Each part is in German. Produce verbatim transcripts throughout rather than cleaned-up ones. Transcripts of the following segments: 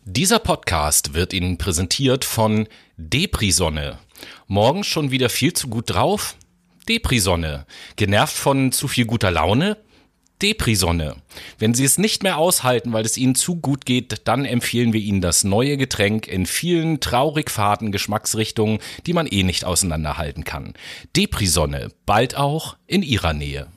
Dieser Podcast wird Ihnen präsentiert von Depri-Sonne. Morgen schon wieder viel zu gut drauf? Depri-Sonne. Genervt von zu viel guter Laune? Depri-Sonne. Wenn Sie es nicht mehr aushalten, weil es Ihnen zu gut geht, dann empfehlen wir Ihnen das neue Getränk in vielen traurig faden Geschmacksrichtungen, die man eh nicht auseinanderhalten kann. Depri-Sonne. Bald auch in Ihrer Nähe.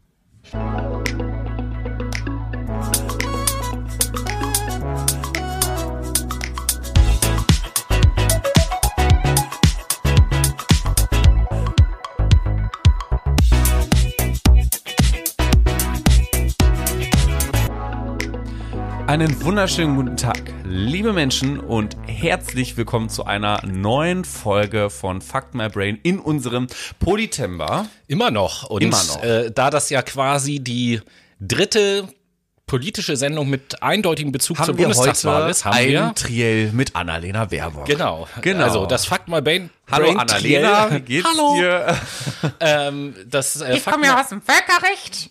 Einen wunderschönen guten Tag, liebe Menschen, und herzlich willkommen zu einer neuen Folge von Fuck My Brain in unserem Politember. Immer noch. Und Immer noch. Äh, da das ja quasi die dritte politische Sendung mit eindeutigem Bezug Haben zur wir Bundestagswahl heute ist, haben ein wir Triell mit Annalena Baerbock. Genau. Genau. Also das Fuck My Brain. Hallo Brain Annalena, Triell. wie geht's Hallo. dir? Ähm, das, äh, Ich Fuck komme My- ja aus dem Völkerrecht.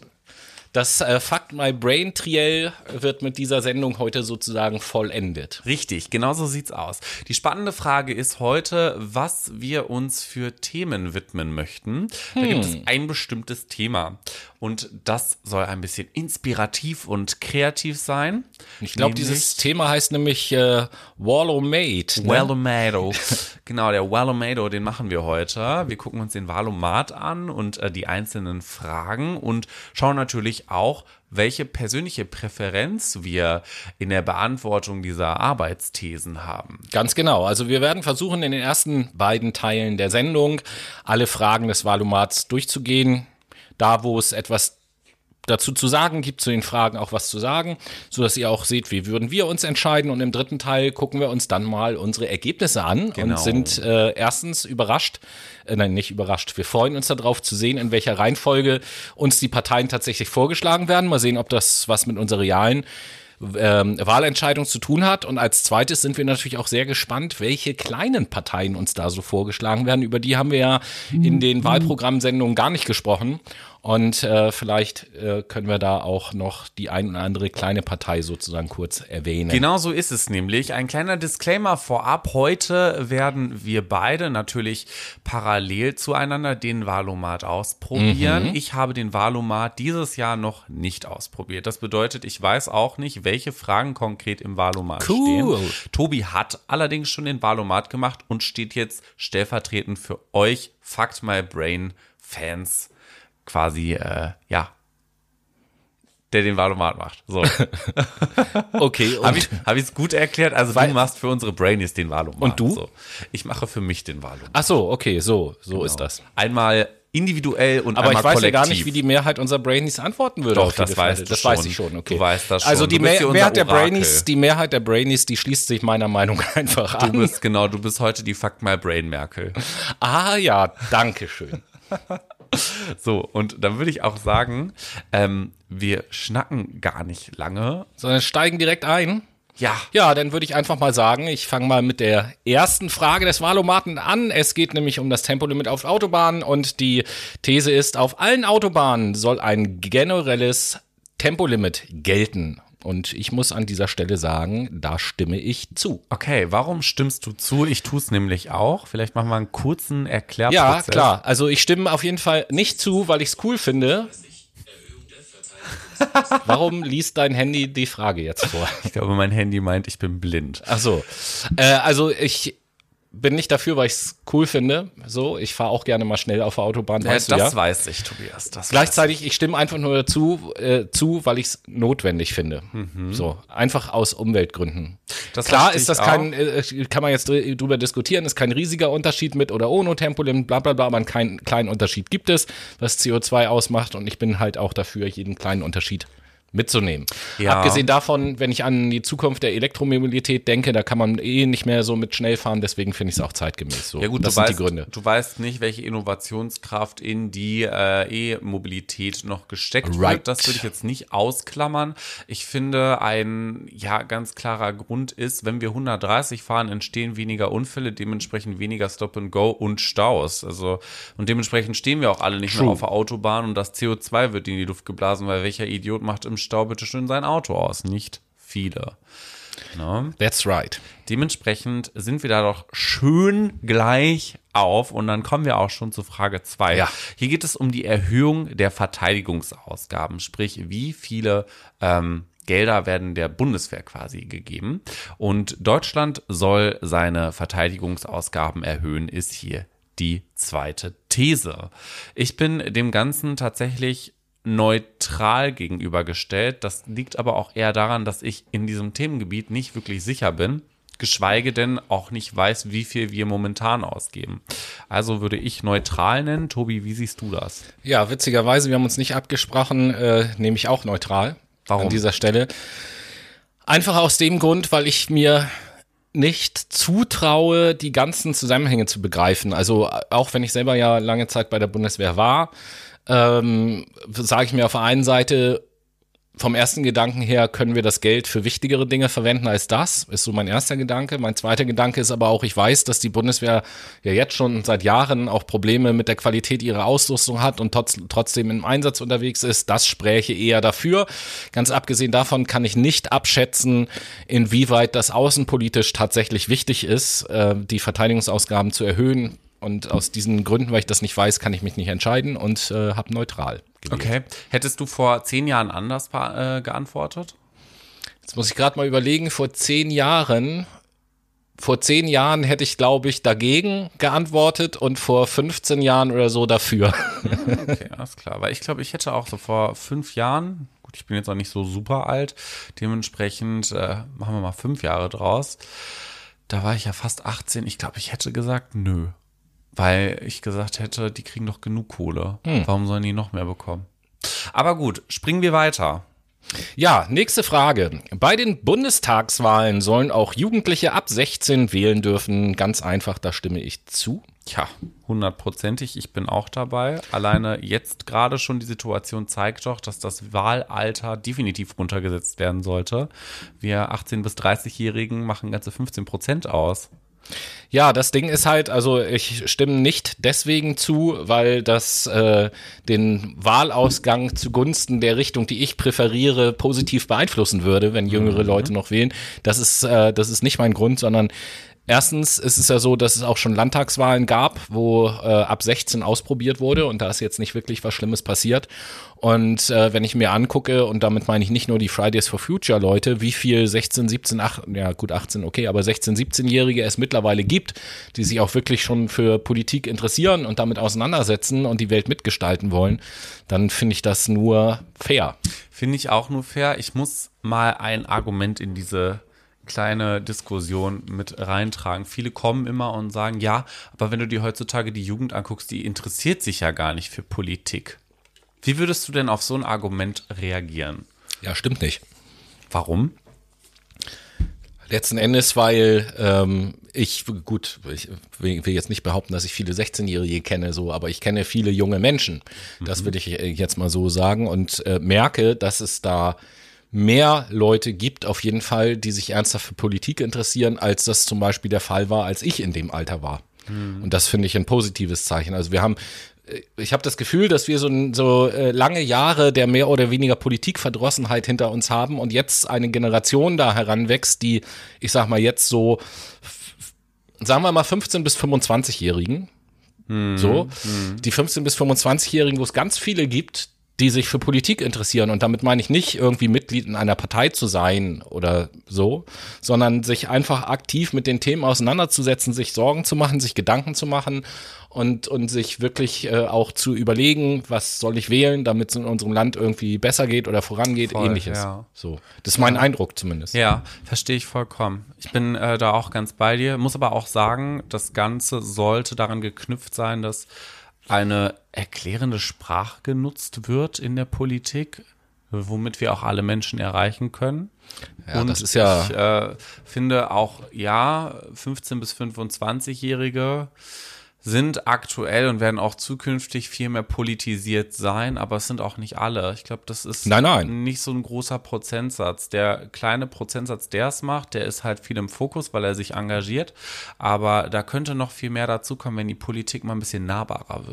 Das äh, Fuck My Brain Triell wird mit dieser Sendung heute sozusagen vollendet. Richtig, genau so sieht's aus. Die spannende Frage ist heute, was wir uns für Themen widmen möchten. Da gibt es ein bestimmtes Thema und das soll ein bisschen inspirativ und kreativ sein. Ich glaube, dieses Thema heißt nämlich äh, Wall-O-Mate. Ne? Wall-O-Mato. Genau, der Wall-O-Mato, den machen wir heute. Wir gucken uns den Wahlomat an und äh, die einzelnen Fragen und schauen natürlich auch, welche persönliche Präferenz wir in der Beantwortung dieser Arbeitsthesen haben. Ganz genau. Also wir werden versuchen, in den ersten beiden Teilen der Sendung alle Fragen des Wahlomats durchzugehen. Da, wo es etwas dazu zu sagen gibt, zu den Fragen auch was zu sagen, sodass ihr auch seht, wie würden wir uns entscheiden. Und im dritten Teil gucken wir uns dann mal unsere Ergebnisse an Genau. und sind äh, erstens überrascht, äh, nein, nicht überrascht, wir freuen uns darauf zu sehen, in welcher Reihenfolge uns die Parteien tatsächlich vorgeschlagen werden. Mal sehen, ob das was mit unserer realen Ähm, Wahlentscheidung zu tun hat. Und als zweites sind wir natürlich auch sehr gespannt, welche kleinen Parteien uns da so vorgeschlagen werden. Über die haben wir ja in den Wahlprogrammsendungen gar nicht gesprochen. Und äh, vielleicht äh, können wir da auch noch die ein oder andere kleine Partei sozusagen kurz erwähnen. Genau so ist es nämlich. Ein kleiner Disclaimer vorab. Heute werden wir beide natürlich parallel zueinander den Wahlomat ausprobieren. Mhm. Ich habe den Wahlomat dieses Jahr noch nicht ausprobiert. Das bedeutet, ich weiß auch nicht, welche Fragen konkret im Wahlomat Cool. stehen. Tobi hat allerdings schon den Wahlomat gemacht und steht jetzt stellvertretend für euch Fuck My Brain Fans quasi, äh, ja, der den Wahlomat macht. So. Okay. Habe Und ich hab ich's gut erklärt? Also Weil- du machst für unsere Brainies den Wahlomat. Und du? So. Ich mache für mich den Wahlomat. ach so, okay, so, so ist das. Einmal individuell und Aber einmal ich weiß kollektiv. ja gar nicht, wie die Mehrheit unserer Brainies antworten würde. Doch, auf das diese Frage. weißt du Das schon. weiß ich schon, okay. Du weißt das schon. Also die Du bist Mehr- hier unser Mehrheit der Orakel. Brainies, die Mehrheit der Brainies, die schließt sich meiner Meinung einfach Du an. bist, genau, du bist heute die Fuck My Brain Merkel. Ah ja, danke schön. So, und dann würde ich auch sagen, ähm, wir schnacken gar nicht lange. Sondern steigen direkt ein. Ja. Ja, dann würde ich einfach mal sagen, ich fange mal mit der ersten Frage des Wahlomaten an. Es geht nämlich um das Tempolimit auf Autobahnen und die These ist, auf allen Autobahnen soll ein generelles Tempolimit gelten. Und ich muss an dieser Stelle sagen, da stimme ich zu. Okay, warum stimmst du zu? Ich tue es nämlich auch. Vielleicht machen wir einen kurzen Ja, Erklärprozess. klar. Also ich stimme auf jeden Fall nicht zu, weil ich es cool finde. Warum liest dein Handy die Frage jetzt vor? Ich glaube, mein Handy meint, ich bin blind. Ach so. Äh, also ich bin nicht dafür, weil ich es cool finde. So, ich fahre auch gerne mal schnell auf der Autobahn, Äh, weißt das du ja. weiß ich, Tobias. Das Gleichzeitig, ich stimme einfach nur dazu, äh, zu, weil ich es notwendig finde. So, einfach aus Umweltgründen. Das Klar verstehe ist das ich kein, äh, kann man jetzt dr- drüber diskutieren, ist kein riesiger Unterschied mit oder ohne Tempolimit, bla bla bla, aber einen kleinen, kleinen Unterschied gibt es, was C O zwei ausmacht, und ich bin halt auch dafür, jeden kleinen Unterschied mitzunehmen. Ja. Abgesehen davon, wenn ich an die Zukunft der Elektromobilität denke, da kann man eh nicht mehr so mit schnell fahren, deswegen finde ich es auch zeitgemäß so. Ja gut, das du sind weißt, die Gründe. du weißt nicht, welche Innovationskraft in die äh, E-Mobilität noch gesteckt Right. wird. Das würde ich jetzt nicht ausklammern. Ich finde, ein ja ganz klarer Grund ist, wenn wir hundertdreißig fahren, entstehen weniger Unfälle, dementsprechend weniger Stop and Go und Staus. Also und dementsprechend stehen wir auch alle nicht True. mehr auf der Autobahn und das C O zwei wird in die Luft geblasen, weil welcher Idiot macht im Stau bitte schön sein Auto aus? Nicht viele. Ne? That's right. Dementsprechend sind wir da doch schön gleich auf und dann kommen wir auch schon zu Frage zwei. Ja. Hier geht es um die Erhöhung der Verteidigungsausgaben, sprich wie viele ähm, Gelder werden der Bundeswehr quasi gegeben. Und Deutschland soll seine Verteidigungsausgaben erhöhen, ist hier die zweite These. Ich bin dem Ganzen tatsächlich neutral gegenübergestellt. Das liegt aber auch eher daran, dass ich in diesem Themengebiet nicht wirklich sicher bin, geschweige denn auch nicht weiß, wie viel wir momentan ausgeben. Also würde ich neutral nennen. Tobi, wie siehst du das? Ja, witzigerweise, wir haben uns nicht abgesprochen, äh, nehme ich auch neutral. Warum? An dieser Stelle. Einfach aus dem Grund, weil ich mir nicht zutraue, die ganzen Zusammenhänge zu begreifen. Also auch wenn ich selber ja lange Zeit bei der Bundeswehr war, ähm, sage ich mir auf der einen Seite, vom ersten Gedanken her können wir das Geld für wichtigere Dinge verwenden als das, ist so mein erster Gedanke. Mein zweiter Gedanke ist aber auch, ich weiß, dass die Bundeswehr ja jetzt schon seit Jahren auch Probleme mit der Qualität ihrer Ausrüstung hat und trotz, trotzdem im Einsatz unterwegs ist. Das spräche eher dafür. Ganz abgesehen davon kann ich nicht abschätzen, inwieweit das außenpolitisch tatsächlich wichtig ist, äh, die Verteidigungsausgaben zu erhöhen. Und aus diesen Gründen, weil ich das nicht weiß, kann ich mich nicht entscheiden und äh, habe neutral gewählt. Okay. Hättest du vor zehn Jahren anders äh, geantwortet? Jetzt muss ich gerade mal überlegen, vor zehn Jahren, vor zehn Jahren hätte ich, glaube ich, dagegen geantwortet und vor fünfzehn Jahren oder so dafür. Okay, alles klar. Weil ich glaube, ich hätte auch so vor fünf Jahren, gut, ich bin jetzt auch nicht so super alt, dementsprechend äh, machen wir mal fünf Jahre draus. Da war ich ja fast achtzehn. Ich glaube, ich hätte gesagt, nö. Weil ich gesagt hätte, die kriegen doch genug Kohle. Hm. Warum sollen die noch mehr bekommen? Aber gut, springen wir weiter. Ja, nächste Frage. Bei den Bundestagswahlen sollen auch Jugendliche ab sechzehn wählen dürfen. Ganz einfach, da stimme ich zu. Tja, hundertprozentig. Ich bin auch dabei. Alleine jetzt gerade schon die Situation zeigt doch, dass das Wahlalter definitiv runtergesetzt werden sollte. Wir achtzehn- bis dreißig-Jährigen machen ganze fünfzehn Prozent aus. Ja, das Ding ist halt, also ich stimme nicht deswegen zu, weil das äh, den Wahlausgang zugunsten der Richtung, die ich präferiere, positiv beeinflussen würde, wenn jüngere mhm. Leute noch wählen. Das ist, äh, das ist nicht mein Grund, sondern erstens ist es ja so, dass es auch schon Landtagswahlen gab, wo äh, ab sechzehn ausprobiert wurde und da ist jetzt nicht wirklich was Schlimmes passiert. Und äh, wenn ich mir angucke, und damit meine ich nicht nur die Fridays for Future Leute, wie viel sechzehn, siebzehn, achtzehn, ja gut achtzehn, okay, aber sechzehn, siebzehn-Jährige es mittlerweile gibt, die sich auch wirklich schon für Politik interessieren und damit auseinandersetzen und die Welt mitgestalten wollen, dann finde ich das nur fair. Finde ich auch nur fair. Ich muss mal ein Argument in diese kleine Diskussion mit reintragen. Viele kommen immer und sagen, ja, aber wenn du dir heutzutage die Jugend anguckst, die interessiert sich ja gar nicht für Politik. Wie würdest du denn auf so ein Argument reagieren? Ja, stimmt nicht. Warum? Letzten Endes, weil ähm, ich, gut, ich will jetzt nicht behaupten, dass ich viele sechzehnjährige kenne, so, aber ich kenne viele junge Menschen. Das mhm. würde ich jetzt mal so sagen und äh, merke, dass es da mehr Leute gibt, auf jeden Fall, die sich ernsthaft für Politik interessieren, als das zum Beispiel der Fall war, als ich in dem Alter war. Mhm. Und das finde ich ein positives Zeichen. Also wir haben, ich habe das Gefühl, dass wir so, so äh, lange Jahre der mehr oder weniger Politikverdrossenheit hinter uns haben und jetzt eine Generation da heranwächst, die, ich sag mal jetzt so, sagen wir mal fünfzehn- bis fünfundzwanzig-Jährigen, mhm. so, mhm. die fünfzehn- bis fünfundzwanzig-Jährigen, wo es ganz viele gibt, die sich für Politik interessieren. Und damit meine ich nicht irgendwie Mitglied in einer Partei zu sein oder so, sondern sich einfach aktiv mit den Themen auseinanderzusetzen, sich Sorgen zu machen, sich Gedanken zu machen und, und sich wirklich äh, auch zu überlegen, was soll ich wählen, damit es in unserem Land irgendwie besser geht oder vorangeht, Voll, ähnliches. Ja. So. Das ist mein ja. Eindruck zumindest. Ja, verstehe ich vollkommen. Ich bin äh, da auch ganz bei dir, muss aber auch sagen, das Ganze sollte daran geknüpft sein, dass eine erklärende Sprache genutzt wird in der Politik, womit wir auch alle Menschen erreichen können. Ja, und das ist ja ich äh, finde auch, ja, fünfzehn- bis fünfundzwanzig-Jährige sind aktuell und werden auch zukünftig viel mehr politisiert sein, aber es sind auch nicht alle. Ich glaube, das ist nein, nein. nicht so ein großer Prozentsatz. Der kleine Prozentsatz, der es macht, der ist halt viel im Fokus, weil er sich engagiert, aber da könnte noch viel mehr dazukommen, wenn die Politik mal ein bisschen nahbarer wird.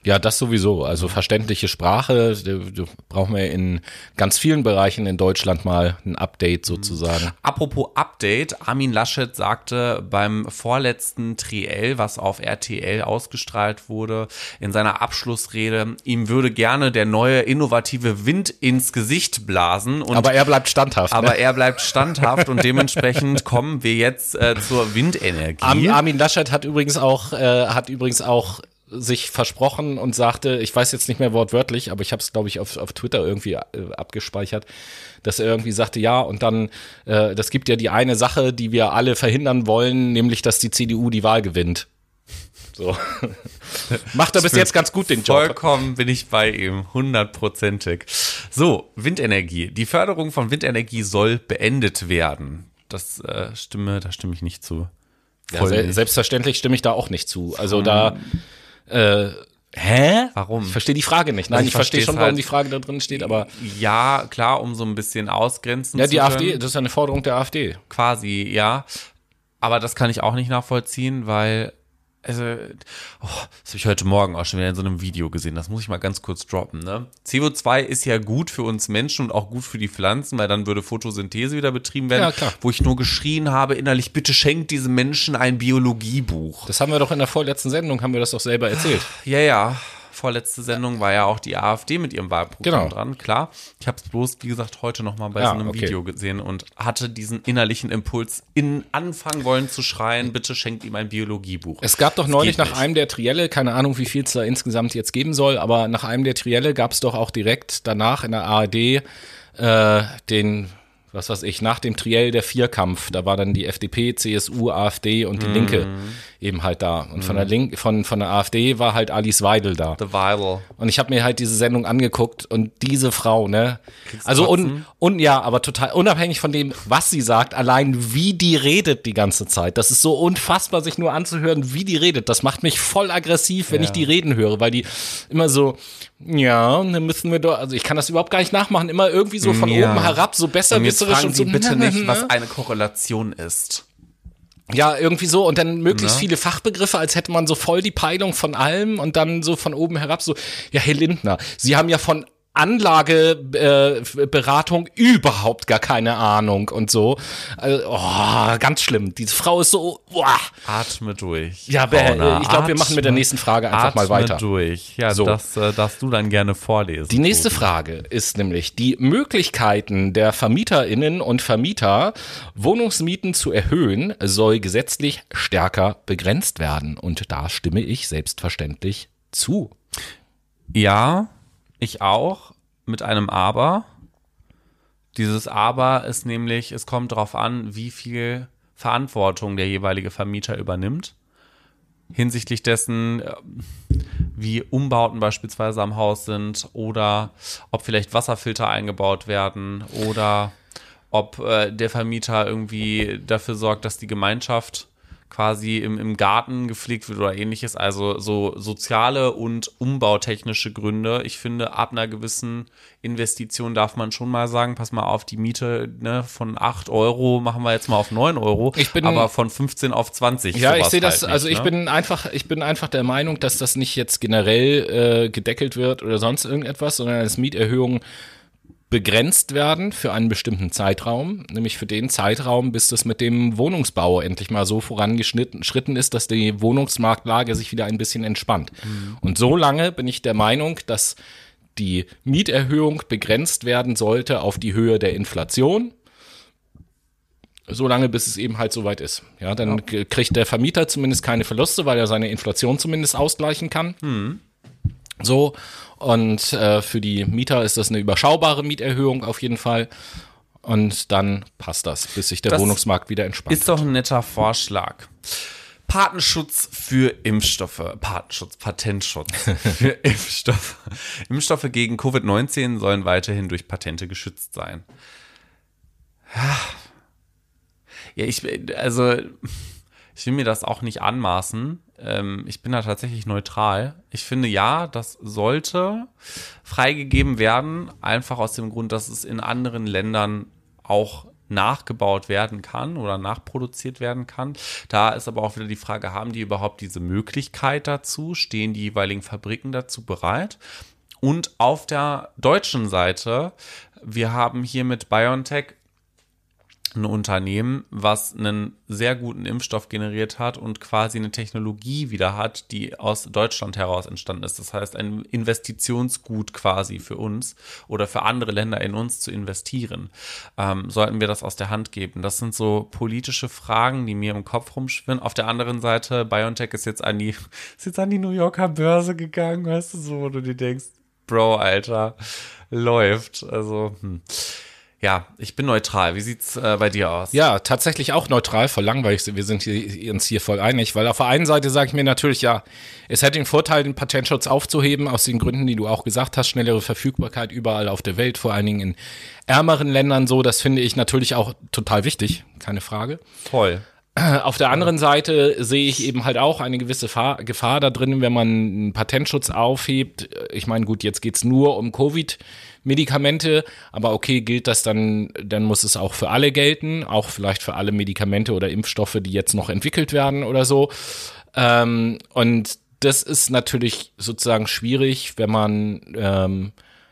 Ja, das sowieso. Also verständliche Sprache, da brauchen wir in ganz vielen Bereichen in Deutschland mal ein Update sozusagen. Apropos Update, Armin Laschet sagte beim vorletzten Triell, was auf R T L ausgestrahlt wurde, in seiner Abschlussrede, ihm würde gerne der neue innovative Wind ins Gesicht blasen. Und aber er bleibt standhaft. Aber ne? er bleibt standhaft und dementsprechend kommen wir jetzt äh, zur Windenergie. Armin, Armin Laschet hat übrigens auch, äh, hat übrigens auch sich versprochen und sagte, ich weiß jetzt nicht mehr wortwörtlich, aber ich habe es, glaube ich, auf, auf Twitter irgendwie äh, abgespeichert, dass er irgendwie sagte, ja, und dann, äh, das gibt ja die eine Sache, die wir alle verhindern wollen, nämlich, dass die C D U die Wahl gewinnt. So. Macht er bis jetzt ganz gut den Job. Vollkommen bin ich bei ihm, hundertprozentig. So, Windenergie. Die Förderung von Windenergie soll beendet werden. Das äh, stimme, da stimme ich nicht zu. Ja, se- selbstverständlich stimme ich da auch nicht zu. Also da Äh, hä? Warum? Ich verstehe die Frage nicht. Nein, Also ich, ich verstehe schon, versteh's warum halt. die Frage da drin steht, aber Ja, klar, um so ein bisschen ausgrenzen ja, zu die können. AfD, das ist ja eine Forderung der AfD. Quasi, ja. Aber das kann ich auch nicht nachvollziehen, weil, also, oh, das habe ich heute Morgen auch schon wieder in so einem Video gesehen. Das muss ich mal ganz kurz droppen, ne? C O zwei ist ja gut für uns Menschen und auch gut für die Pflanzen, weil dann würde Photosynthese wieder betrieben werden. Ja, klar. Wo ich nur geschrien habe, innerlich, bitte schenkt diesem Menschen ein Biologiebuch. Das haben wir doch in der vorletzten Sendung, haben wir das doch selber erzählt. Ja, ja. Vorletzte Sendung war ja auch die AfD mit ihrem Wahlprogramm Genau. dran, klar. Ich habe es bloß, wie gesagt, heute nochmal bei Ja, so einem okay. Video gesehen und hatte diesen innerlichen Impuls, in anfangen wollen zu schreien, bitte schenkt ihm ein Biologiebuch. Es gab doch Das neulich geht nach nicht. einem der Trielle, keine Ahnung, wie viel es da insgesamt jetzt geben soll, aber nach einem der Trielle gab es doch auch direkt danach in der A R D äh, den, was weiß ich, nach dem Triell der Vierkampf. Da war dann die F D P, C S U, AfD und die Linke eben halt da. Und von der Link, von, von der AfD war halt Alice Weidel da. The Viral. Und ich habe mir halt diese Sendung angeguckt und diese Frau, ne? Kriegst Also und, Kotzen? und ja, aber total unabhängig von dem, was sie sagt, allein wie die redet die ganze Zeit. Das ist so unfassbar, sich nur anzuhören, wie die redet. Das macht mich voll aggressiv, wenn Ja. ich die reden höre, weil die immer so, ja, dann müssen wir doch, also ich kann das überhaupt gar nicht nachmachen, immer irgendwie so von Ja. oben herab, so Und jetzt besserwisserisch fragen und so. Sie bitte ne, nicht, ne, was ne. eine Korrelation ist. Ja, irgendwie so und dann möglichst Na? viele Fachbegriffe, als hätte man so voll die Peilung von allem und dann so von oben herab so, ja, Herr Lindner, Sie haben ja von Anlageberatung äh, Beratung überhaupt gar keine Ahnung und so. Also, oh, ganz schlimm. Diese Frau ist so, boah. Atme durch. Ja, bäh, Paula, ich glaube, wir machen mit der atme- nächsten Frage einfach mal atme weiter. durch. Ja, So. das äh, darfst du dann gerne vorlesen. Die nächste Tobi. Frage ist nämlich die Möglichkeiten der VermieterInnen und Vermieter, Wohnungsmieten zu erhöhen, soll gesetzlich stärker begrenzt werden. Und da stimme ich selbstverständlich zu. Ja, ich auch, mit einem Aber. Dieses Aber ist nämlich, es kommt darauf an, wie viel Verantwortung der jeweilige Vermieter übernimmt. Hinsichtlich dessen, äh, wie Umbauten beispielsweise am Haus sind oder ob vielleicht Wasserfilter eingebaut werden oder ob äh, der Vermieter irgendwie dafür sorgt, dass die Gemeinschaft quasi im, im Garten gepflegt wird oder ähnliches. Also so soziale und umbautechnische Gründe. Ich finde, ab einer gewissen Investition darf man schon mal sagen, pass mal auf, die Miete, ne, von acht Euro machen wir jetzt mal auf neun Euro, Ich bin- aber von fünfzehn auf zwanzig. Ja, ich sowas sehe das, halt nicht, also ich ne? bin einfach, ich bin einfach der Meinung, dass das nicht jetzt generell äh, gedeckelt wird oder sonst irgendetwas, sondern dass Mieterhöhungen begrenzt werden für einen bestimmten Zeitraum, nämlich für den Zeitraum, bis das mit dem Wohnungsbau endlich mal so vorangeschritten ist, dass die Wohnungsmarktlage sich wieder ein bisschen entspannt. Und so lange bin ich der Meinung, dass die Mieterhöhung begrenzt werden sollte auf die Höhe der Inflation. So lange, bis es eben halt soweit ist. Ja, dann k- kriegt der Vermieter zumindest keine Verluste, weil er seine Inflation zumindest ausgleichen kann. So, und äh, für die Mieter ist das eine überschaubare Mieterhöhung auf jeden Fall. Und dann passt das, bis sich der Das Wohnungsmarkt wieder entspannt. Ist doch ein netter Vorschlag. Patenschutz für Impfstoffe. Patenschutz, Patentschutz für Impfstoffe. Impfstoffe gegen Covid neunzehn sollen weiterhin durch Patente geschützt sein. Ja, ich, also, ich will mir das auch nicht anmaßen. Ähm, ich bin da tatsächlich neutral. Ich finde, ja, das sollte freigegeben werden, einfach aus dem Grund, dass es in anderen Ländern auch nachgebaut werden kann oder nachproduziert werden kann. Da ist aber auch wieder die Frage, haben die überhaupt diese Möglichkeit dazu? Stehen die jeweiligen Fabriken dazu bereit? Und auf der deutschen Seite, wir haben hier mit BioNTech ein Unternehmen, was einen sehr guten Impfstoff generiert hat und quasi eine Technologie wieder hat, die aus Deutschland heraus entstanden ist. Das heißt, ein Investitionsgut quasi für uns oder für andere Länder in uns zu investieren. Ähm, sollten wir das aus der Hand geben? Das sind so politische Fragen, die mir im Kopf rumschwirren. Auf der anderen Seite, BioNTech ist jetzt an die, ist jetzt an die New Yorker Börse gegangen, weißt du, so, wo du dir denkst, Bro, Alter, läuft. Also, hm. Ja, ich bin neutral. Wie sieht's äh, bei dir aus? Ja, tatsächlich auch neutral, voll langweilig. Wir sind hier, uns hier voll einig, weil auf der einen Seite sage ich mir natürlich, ja, es hätte den Vorteil, den Patentschutz aufzuheben, aus den Gründen, die du auch gesagt hast, schnellere Verfügbarkeit überall auf der Welt, vor allen Dingen in ärmeren Ländern so. Das finde ich natürlich auch total wichtig, keine Frage. Voll. Auf der anderen Seite sehe ich eben halt auch eine gewisse Gefahr, Gefahr da drin, wenn man einen Patentschutz aufhebt. Ich meine, gut, jetzt geht's nur um Covid-Medikamente, aber okay, gilt das dann, dann muss es auch für alle gelten, auch vielleicht für alle Medikamente oder Impfstoffe, die jetzt noch entwickelt werden oder so. Ähm, und das ist natürlich sozusagen schwierig, wenn man, ähm,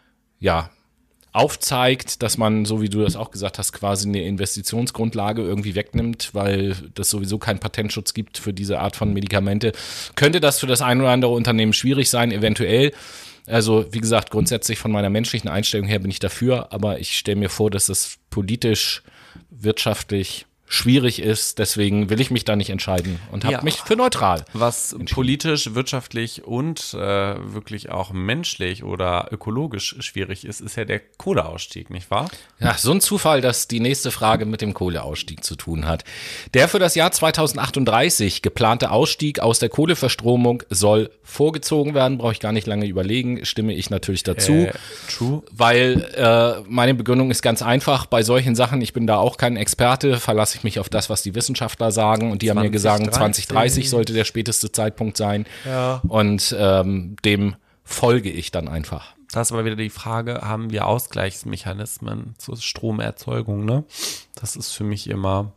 ja, aufzeigt, dass man, so wie du das auch gesagt hast, quasi eine Investitionsgrundlage irgendwie wegnimmt, weil das sowieso keinen Patentschutz gibt für diese Art von Medikamente, könnte das für das ein oder andere Unternehmen schwierig sein, eventuell. Also wie gesagt, grundsätzlich von meiner menschlichen Einstellung her bin ich dafür, aber ich stelle mir vor, dass es politisch, wirtschaftlich schwierig ist, deswegen will ich mich da nicht entscheiden und habe ja. mich für neutral. Was politisch, wirtschaftlich und äh, wirklich auch menschlich oder ökologisch schwierig ist, ist ja der Kohleausstieg, nicht wahr? Ja, so ein Zufall, dass die nächste Frage mit dem Kohleausstieg zu tun hat. Der für das Jahr zweitausendachtunddreißig geplante Ausstieg aus der Kohleverstromung soll vorgezogen werden, brauche ich gar nicht lange überlegen, stimme ich natürlich dazu. Äh, true. Weil äh, meine Begründung ist ganz einfach, bei solchen Sachen, ich bin da auch kein Experte, verlasse ich mich auf das, was die Wissenschaftler sagen und die haben mir gesagt, zwanzig dreißig sollte der späteste Zeitpunkt sein ja. und ähm, dem folge ich dann einfach. Das ist aber wieder die Frage, haben wir Ausgleichsmechanismen zur Stromerzeugung, ne? Das ist für mich immer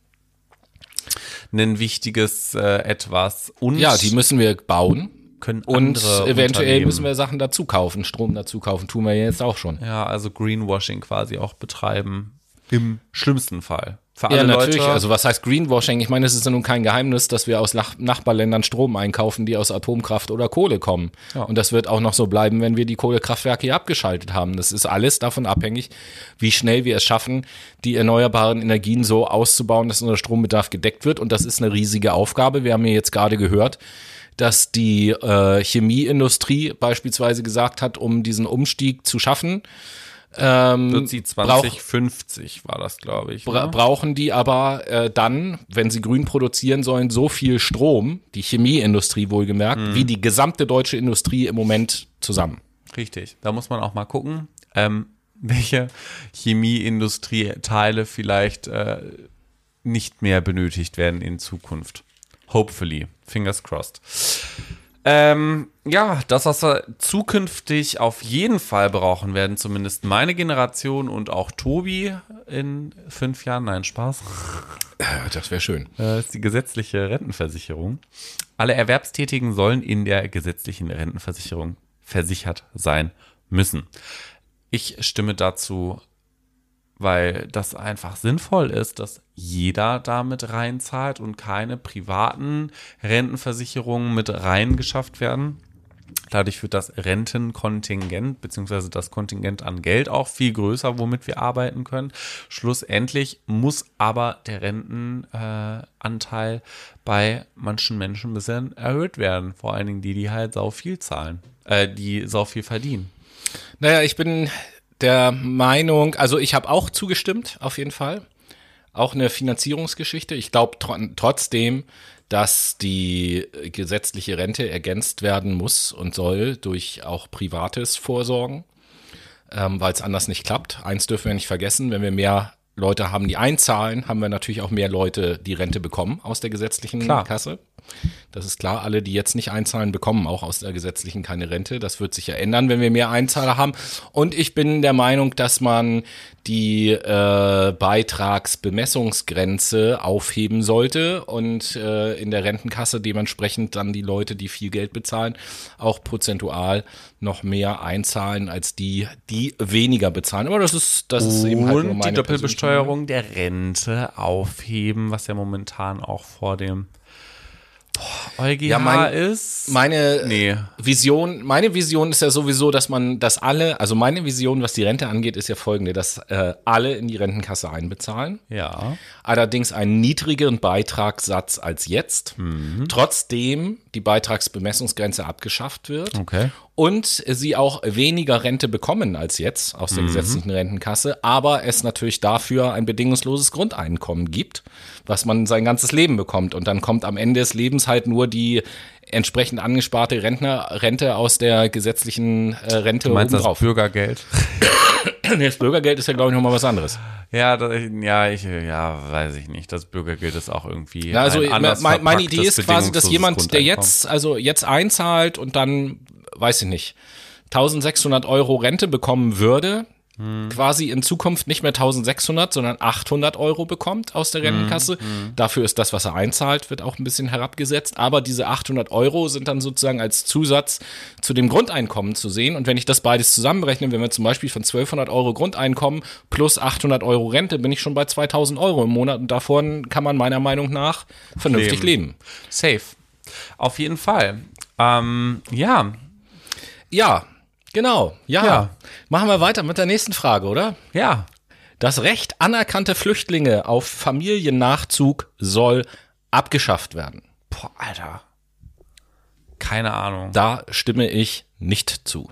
ein wichtiges äh, Etwas. Und ja, die müssen wir bauen. Können und eventuell müssen wir wir Sachen dazu kaufen, Strom dazu kaufen, tun wir jetzt auch schon. Ja, also Greenwashing quasi auch betreiben, im schlimmsten Fall. Für alle ja, natürlich. Leute. Also was heißt Greenwashing? Ich meine, es ist ja nun kein Geheimnis, dass wir aus Nach- Nachbarländern Strom einkaufen, die aus Atomkraft oder Kohle kommen. Ja. Und das wird auch noch so bleiben, wenn wir die Kohlekraftwerke hier abgeschaltet haben. Das ist alles davon abhängig, wie schnell wir es schaffen, die erneuerbaren Energien so auszubauen, dass unser Strombedarf gedeckt wird. Und das ist eine riesige Aufgabe. Wir haben ja jetzt gerade gehört, dass die äh, Chemieindustrie beispielsweise gesagt hat, um diesen Umstieg zu schaffen, Ähm, wird sie zwanzig fünfzig war das, glaube ich. Bra- brauchen die aber äh, dann, wenn sie grün produzieren sollen, so viel Strom, die Chemieindustrie wohlgemerkt, mhm. wie die gesamte deutsche Industrie im Moment zusammen. Richtig, da muss man auch mal gucken, ähm, welche Chemieindustrie-Teile vielleicht äh, nicht mehr benötigt werden in Zukunft. Hopefully, fingers crossed. Ähm, ja, das, was wir zukünftig auf jeden Fall brauchen werden, zumindest meine Generation und auch Tobi in fünf Jahren, nein, Spaß. Das wäre schön. Äh, ist die gesetzliche Rentenversicherung. Alle Erwerbstätigen sollen in der gesetzlichen Rentenversicherung versichert sein müssen. Ich stimme dazu, weil das einfach sinnvoll ist, dass jeder damit reinzahlt und keine privaten Rentenversicherungen mit reingeschafft werden. Dadurch wird das Rentenkontingent bzw. das Kontingent an Geld auch viel größer, womit wir arbeiten können. Schlussendlich muss aber der Rentenanteil äh, bei manchen Menschen ein bisschen erhöht werden. Vor allen Dingen die, die halt sau viel zahlen, äh, die sau viel verdienen. Naja, ich bin der Meinung, also ich habe auch zugestimmt, auf jeden Fall. Auch eine Finanzierungsgeschichte. Ich glaube tr- trotzdem, dass die gesetzliche Rente ergänzt werden muss und soll durch auch privates Vorsorgen, ähm, weil es anders nicht klappt. Eins dürfen wir nicht vergessen, wenn wir mehr Leute haben, die einzahlen, haben wir natürlich auch mehr Leute, die Rente bekommen aus der gesetzlichen Klar. Kasse. Das ist klar, alle, die jetzt nicht einzahlen, bekommen auch aus der gesetzlichen keine Rente. Das wird sich ja ändern, wenn wir mehr Einzahler haben. Und ich bin der Meinung, dass man die äh, Beitragsbemessungsgrenze aufheben sollte und äh, in der Rentenkasse dementsprechend dann die Leute, die viel Geld bezahlen, auch prozentual noch mehr einzahlen als die, die weniger bezahlen. Aber das ist, das ist eben halt nur meine Und die Doppelbesteuerung der Rente aufheben, was ja momentan auch vor dem E u G H Ja, mein, ist. Meine Nee. Vision, meine Vision ist ja sowieso, dass man, dass alle, also meine Vision, was die Rente angeht, ist ja folgende, dass äh, alle in die Rentenkasse einbezahlen. Ja. Allerdings einen niedrigeren Beitragssatz als jetzt. Mhm. Trotzdem die Beitragsbemessungsgrenze abgeschafft wird. Okay. Und sie auch weniger Rente bekommen als jetzt aus der Mhm. gesetzlichen Rentenkasse, aber es natürlich dafür ein bedingungsloses Grundeinkommen gibt, was man sein ganzes Leben bekommt. Und dann kommt am Ende des Lebens halt nur die entsprechend angesparte Rentner, Rente aus der gesetzlichen äh, Rente Du meinst das obendrauf. Bürgergeld? Das Bürgergeld ist ja, glaube ich, nochmal was anderes. Ja, das, ja, ich, ja, weiß ich nicht. Das Bürgergeld ist auch irgendwie. Ja, also ein anders mein, meine verpacktes, Idee ist quasi, dass bedingungsloses jemand, der Grundeinkommen. jetzt, also jetzt einzahlt und dann, weiß ich nicht, eintausendsechshundert Euro Rente bekommen würde, hm. quasi in Zukunft nicht mehr eintausendsechshundert, sondern achthundert Euro bekommt aus der Rentenkasse. Hm. Dafür ist das, was er einzahlt, wird auch ein bisschen herabgesetzt. Aber diese achthundert Euro sind dann sozusagen als Zusatz zu dem Grundeinkommen zu sehen. Und wenn ich das beides zusammenrechne, wenn wir zum Beispiel von zwölfhundert Euro Grundeinkommen plus achthundert Euro Rente, bin ich schon bei zweitausend Euro im Monat. Und davon kann man meiner Meinung nach vernünftig leben. leben. Safe. Auf jeden Fall. Ähm, ja. Ja, genau. Ja. Ja. Machen wir weiter mit der nächsten Frage, oder? Ja. Das Recht anerkannter Flüchtlinge auf Familiennachzug soll abgeschafft werden. Boah, Alter. Keine Ahnung. Da stimme ich nicht zu.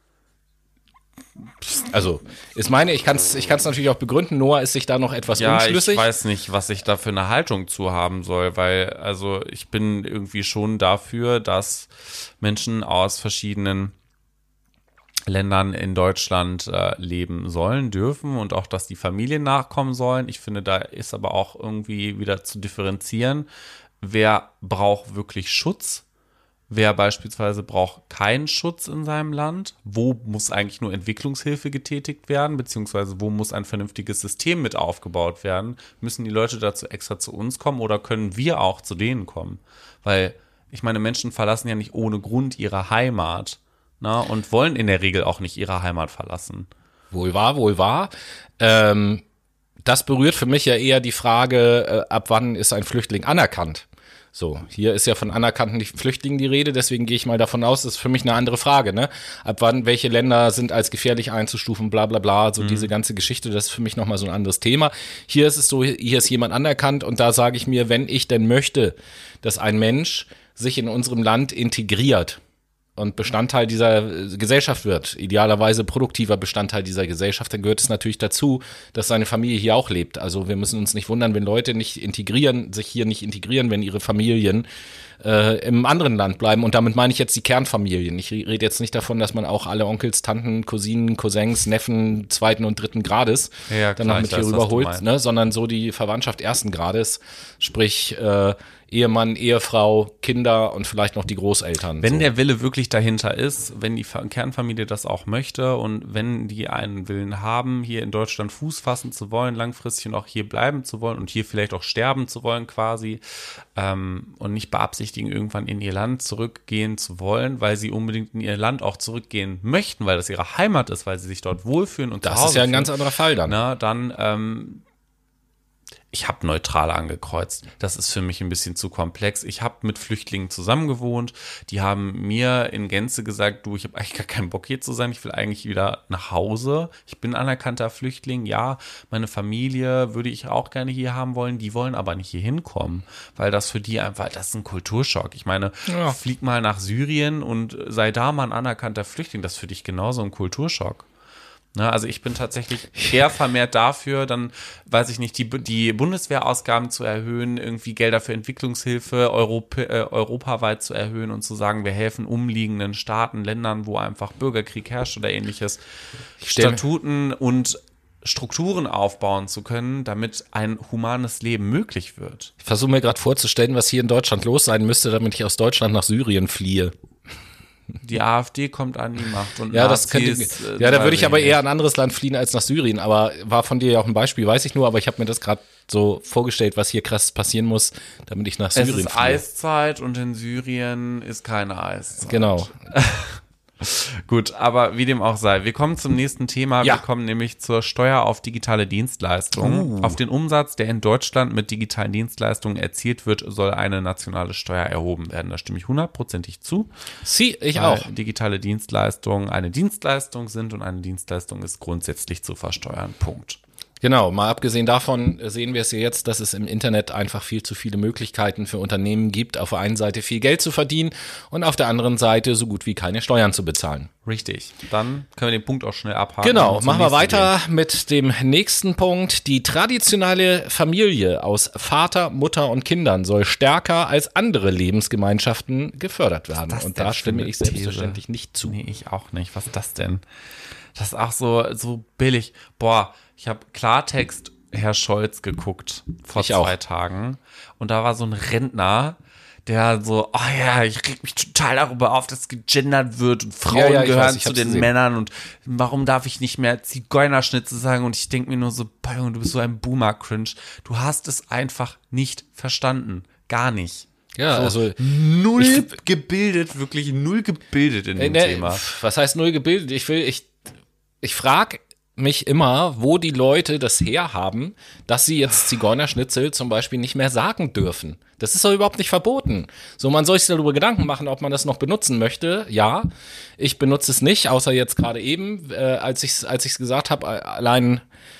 Also, ist meine, ich kann es ich kann's natürlich auch begründen, Noah ist sich da noch etwas Ja, unschlüssig. ich weiß nicht, was ich da für eine Haltung zu haben soll, weil, also, ich bin irgendwie schon dafür, dass Menschen aus verschiedenen Ländern in Deutschland äh, leben sollen, dürfen und auch, dass die Familien nachkommen sollen. Ich finde, da ist aber auch irgendwie wieder zu differenzieren, wer braucht wirklich Schutz, wer beispielsweise braucht keinen Schutz in seinem Land, wo muss eigentlich nur Entwicklungshilfe getätigt werden, beziehungsweise wo muss ein vernünftiges System mit aufgebaut werden. Müssen die Leute dazu extra zu uns kommen oder können wir auch zu denen kommen? Weil, ich meine, Menschen verlassen ja nicht ohne Grund ihre Heimat. Na, und wollen in der Regel auch nicht ihre Heimat verlassen. Wohl wahr, wohl wahr. Ähm, das berührt für mich ja eher die Frage, äh, ab wann ist ein Flüchtling anerkannt? So, hier ist ja von anerkannten Flüchtlingen die Rede, deswegen gehe ich mal davon aus, das ist für mich eine andere Frage, ne? Ab wann, welche Länder sind als gefährlich einzustufen, bla bla bla, so mhm. diese ganze Geschichte, das ist für mich nochmal so ein anderes Thema. Hier ist es so, hier ist jemand anerkannt und da sage ich mir, wenn ich denn möchte, dass ein Mensch sich in unserem Land integriert, und Bestandteil dieser Gesellschaft wird, idealerweise produktiver Bestandteil dieser Gesellschaft, dann gehört es natürlich dazu, dass seine Familie hier auch lebt. Also wir müssen uns nicht wundern, wenn Leute nicht integrieren, sich hier nicht integrieren, wenn ihre Familien äh, im anderen Land bleiben. Und damit meine ich jetzt die Kernfamilien. Ich rede jetzt nicht davon, dass man auch alle Onkels, Tanten, Cousinen, Cousins, Neffen zweiten und dritten Grades ja, dann klar, noch mit ich hier weiß, rüberholt, ne? Sondern so die Verwandtschaft ersten Grades, sprich äh, Ehemann, Ehefrau, Kinder und vielleicht noch die Großeltern. Wenn so. der Wille wirklich dahinter ist, wenn die Kernfamilie das auch möchte und wenn die einen Willen haben, hier in Deutschland Fuß fassen zu wollen, langfristig und auch hier bleiben zu wollen und hier vielleicht auch sterben zu wollen quasi ähm, und nicht beabsichtigen, irgendwann in ihr Land zurückgehen zu wollen, weil sie unbedingt in ihr Land auch zurückgehen möchten, weil das ihre Heimat ist, weil sie sich dort wohlfühlen und das zu Hause ist ja ein fühlen, ganz anderer Fall dann. Na, dann ähm, ich habe neutral angekreuzt. Das ist für mich ein bisschen zu komplex. Ich habe mit Flüchtlingen zusammengewohnt. Die haben mir in Gänze gesagt, du, ich habe eigentlich gar keinen Bock hier zu sein. Ich will eigentlich wieder nach Hause. Ich bin anerkannter Flüchtling. Ja, meine Familie würde ich auch gerne hier haben wollen. Die wollen aber nicht hier hinkommen, weil das für die einfach, das ist ein Kulturschock. Ich meine, ja. Flieg mal nach Syrien und sei da mal ein anerkannter Flüchtling. Das ist für dich genauso ein Kulturschock. Na, also ich bin tatsächlich eher vermehrt dafür, dann, weiß ich nicht, die, die Bundeswehrausgaben zu erhöhen, irgendwie Gelder für Entwicklungshilfe Europa, äh, europaweit zu erhöhen und zu sagen, wir helfen umliegenden Staaten, Ländern, wo einfach Bürgerkrieg herrscht oder ähnliches, Statuten und Strukturen aufbauen zu können, damit ein humanes Leben möglich wird. Ich versuche mir gerade vorzustellen, was hier in Deutschland los sein müsste, damit ich aus Deutschland nach Syrien fliehe. Die AfD kommt an die Macht und ja, Nazis, das könnte, äh, ja, da würde ich aber nicht. eher an ein anderes Land fliehen als nach Syrien. Aber war von dir ja auch ein Beispiel, weiß ich nur, aber ich habe mir das gerade so vorgestellt, was hier krass passieren muss, damit ich nach Syrien fliehe. Es ist fliehe. Eiszeit und in Syrien ist keine Eiszeit. Genau. Gut, aber wie dem auch sei, wir kommen zum nächsten Thema. Ja. Wir kommen nämlich zur Steuer auf digitale Dienstleistungen. Uh. Auf den Umsatz, der in Deutschland mit digitalen Dienstleistungen erzielt wird, soll eine nationale Steuer erhoben werden. Da stimme ich hundertprozentig zu. Sie, ich weil auch. digitale Dienstleistungen eine Dienstleistung sind und eine Dienstleistung ist grundsätzlich zu versteuern. Punkt. Genau, mal abgesehen davon sehen wir es ja jetzt, dass es im Internet einfach viel zu viele Möglichkeiten für Unternehmen gibt, auf der einen Seite viel Geld zu verdienen und auf der anderen Seite so gut wie keine Steuern zu bezahlen. Richtig. Dann können wir den Punkt auch schnell abhaken. Genau, und zum machen wir nächsten weiter mit dem nächsten Punkt. Die traditionelle Familie aus Vater, Mutter und Kindern soll stärker als andere Lebensgemeinschaften gefördert werden. das Und denn da für stimme eine ich selbstverständlich nicht zu. Nee, ich auch nicht. Was ist das denn? Das ist auch so, so billig. Boah, ich habe Klartext Herr Scholz geguckt vor Ich auch. zwei Tagen. Und da war so ein Rentner, der so, oh ja, ich reg mich total darüber auf, dass gegendert wird und Frauen Ja, ja, ich gehören weiß, ich zu hab's den gesehen. Männern und warum darf ich nicht mehr Zigeunerschnitze sagen? Und ich denke mir nur so, boah, Junge, du bist so ein Boomer-Cringe. Du hast es einfach nicht verstanden. Gar nicht. Ja, so, also null ich- gebildet, wirklich null gebildet in Äh, dem ne, Thema. pf, Was heißt null gebildet? Ich will, ich, ich frage mich immer, wo die Leute das herhaben, dass sie jetzt Zigeunerschnitzel zum Beispiel nicht mehr sagen dürfen. Das ist doch überhaupt nicht verboten. So, man soll sich darüber Gedanken machen, ob man das noch benutzen möchte. Ja, ich benutze es nicht, außer jetzt gerade eben, äh, als ich es als ich's gesagt habe, allein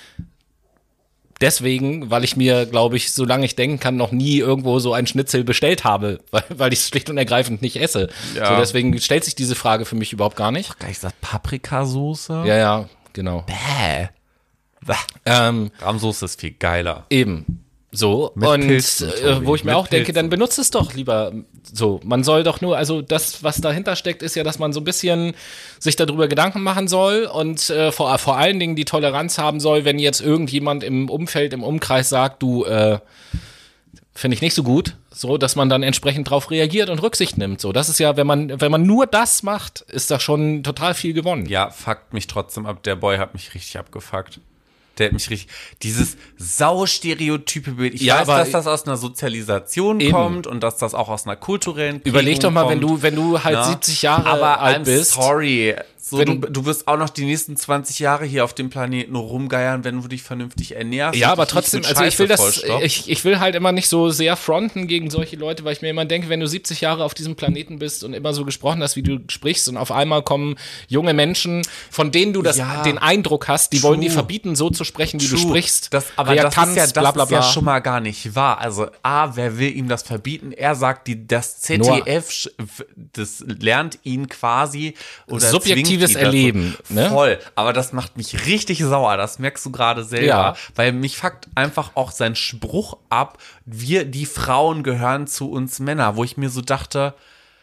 deswegen, weil ich mir, glaube ich, solange ich denken kann, noch nie irgendwo so ein Schnitzel bestellt habe, weil, weil ich es schlicht und ergreifend nicht esse. Ja. So, deswegen stellt sich diese Frage für mich überhaupt gar nicht. Gleich gesagt Paprikasauce. Ja, ja, genau. Bäh. Bäh. Ähm, Rahmsoße ist viel geiler. eben. So, Mit und Pilzen, äh, Tobi, wo ich mir mit auch denke, Pilzen. dann benutzt es doch lieber so. Man soll doch nur, also das, was dahinter steckt, ist ja, dass man so ein bisschen sich darüber Gedanken machen soll und äh, vor, vor allen Dingen die Toleranz haben soll, wenn jetzt irgendjemand im Umfeld, im Umkreis sagt, du, äh, finde ich nicht so gut, so, dass man dann entsprechend drauf reagiert und Rücksicht nimmt. So, das ist ja, wenn man, wenn man nur das macht, ist da schon total viel gewonnen. Ja, fuckt mich trotzdem ab. Der Boy hat mich richtig abgefuckt. Der hat mich richtig, dieses sau-stereotype Bild. Ich Ja, weiß, aber- dass das aus einer Sozialisation Eben. kommt und dass das auch aus einer kulturellen Prägung Überleg doch mal, wenn kommt. du, wenn du halt Na? siebzig Jahre Aber alt I'm bist. sorry. So, Wenn- du, du wirst auch noch die nächsten zwanzig Jahre hier auf dem Planeten rumgeiern, wenn du dich vernünftig ernährst. Ja, und aber dich nicht trotzdem, mit also ich will Scheiße das, vollstopfst. ich, ich will halt immer nicht so sehr fronten gegen solche Leute, weil ich mir immer denke, wenn du siebzig Jahre auf diesem Planeten bist und immer so gesprochen hast, wie du sprichst und auf einmal kommen junge Menschen, von denen du das, Ja. den Eindruck hast, die True. wollen dir verbieten, so zu sprechen, wie du True. spricht. Das, aber das ist, Reaktanz, ja, das bla, bla, ist ja bla. schon mal gar nicht wahr. Also A, wer will ihm das verbieten? Er sagt, die, das Z D F, sch- f- das lernt ihn quasi oder Subjektives zwingt ihn dazu. Erleben, ne? Voll. Aber das macht mich richtig sauer. Das merkst du gerade selber. Ja. Weil mich fuckt einfach auch sein Spruch ab, wir, die Frauen gehören zu uns Männer, wo ich mir so dachte,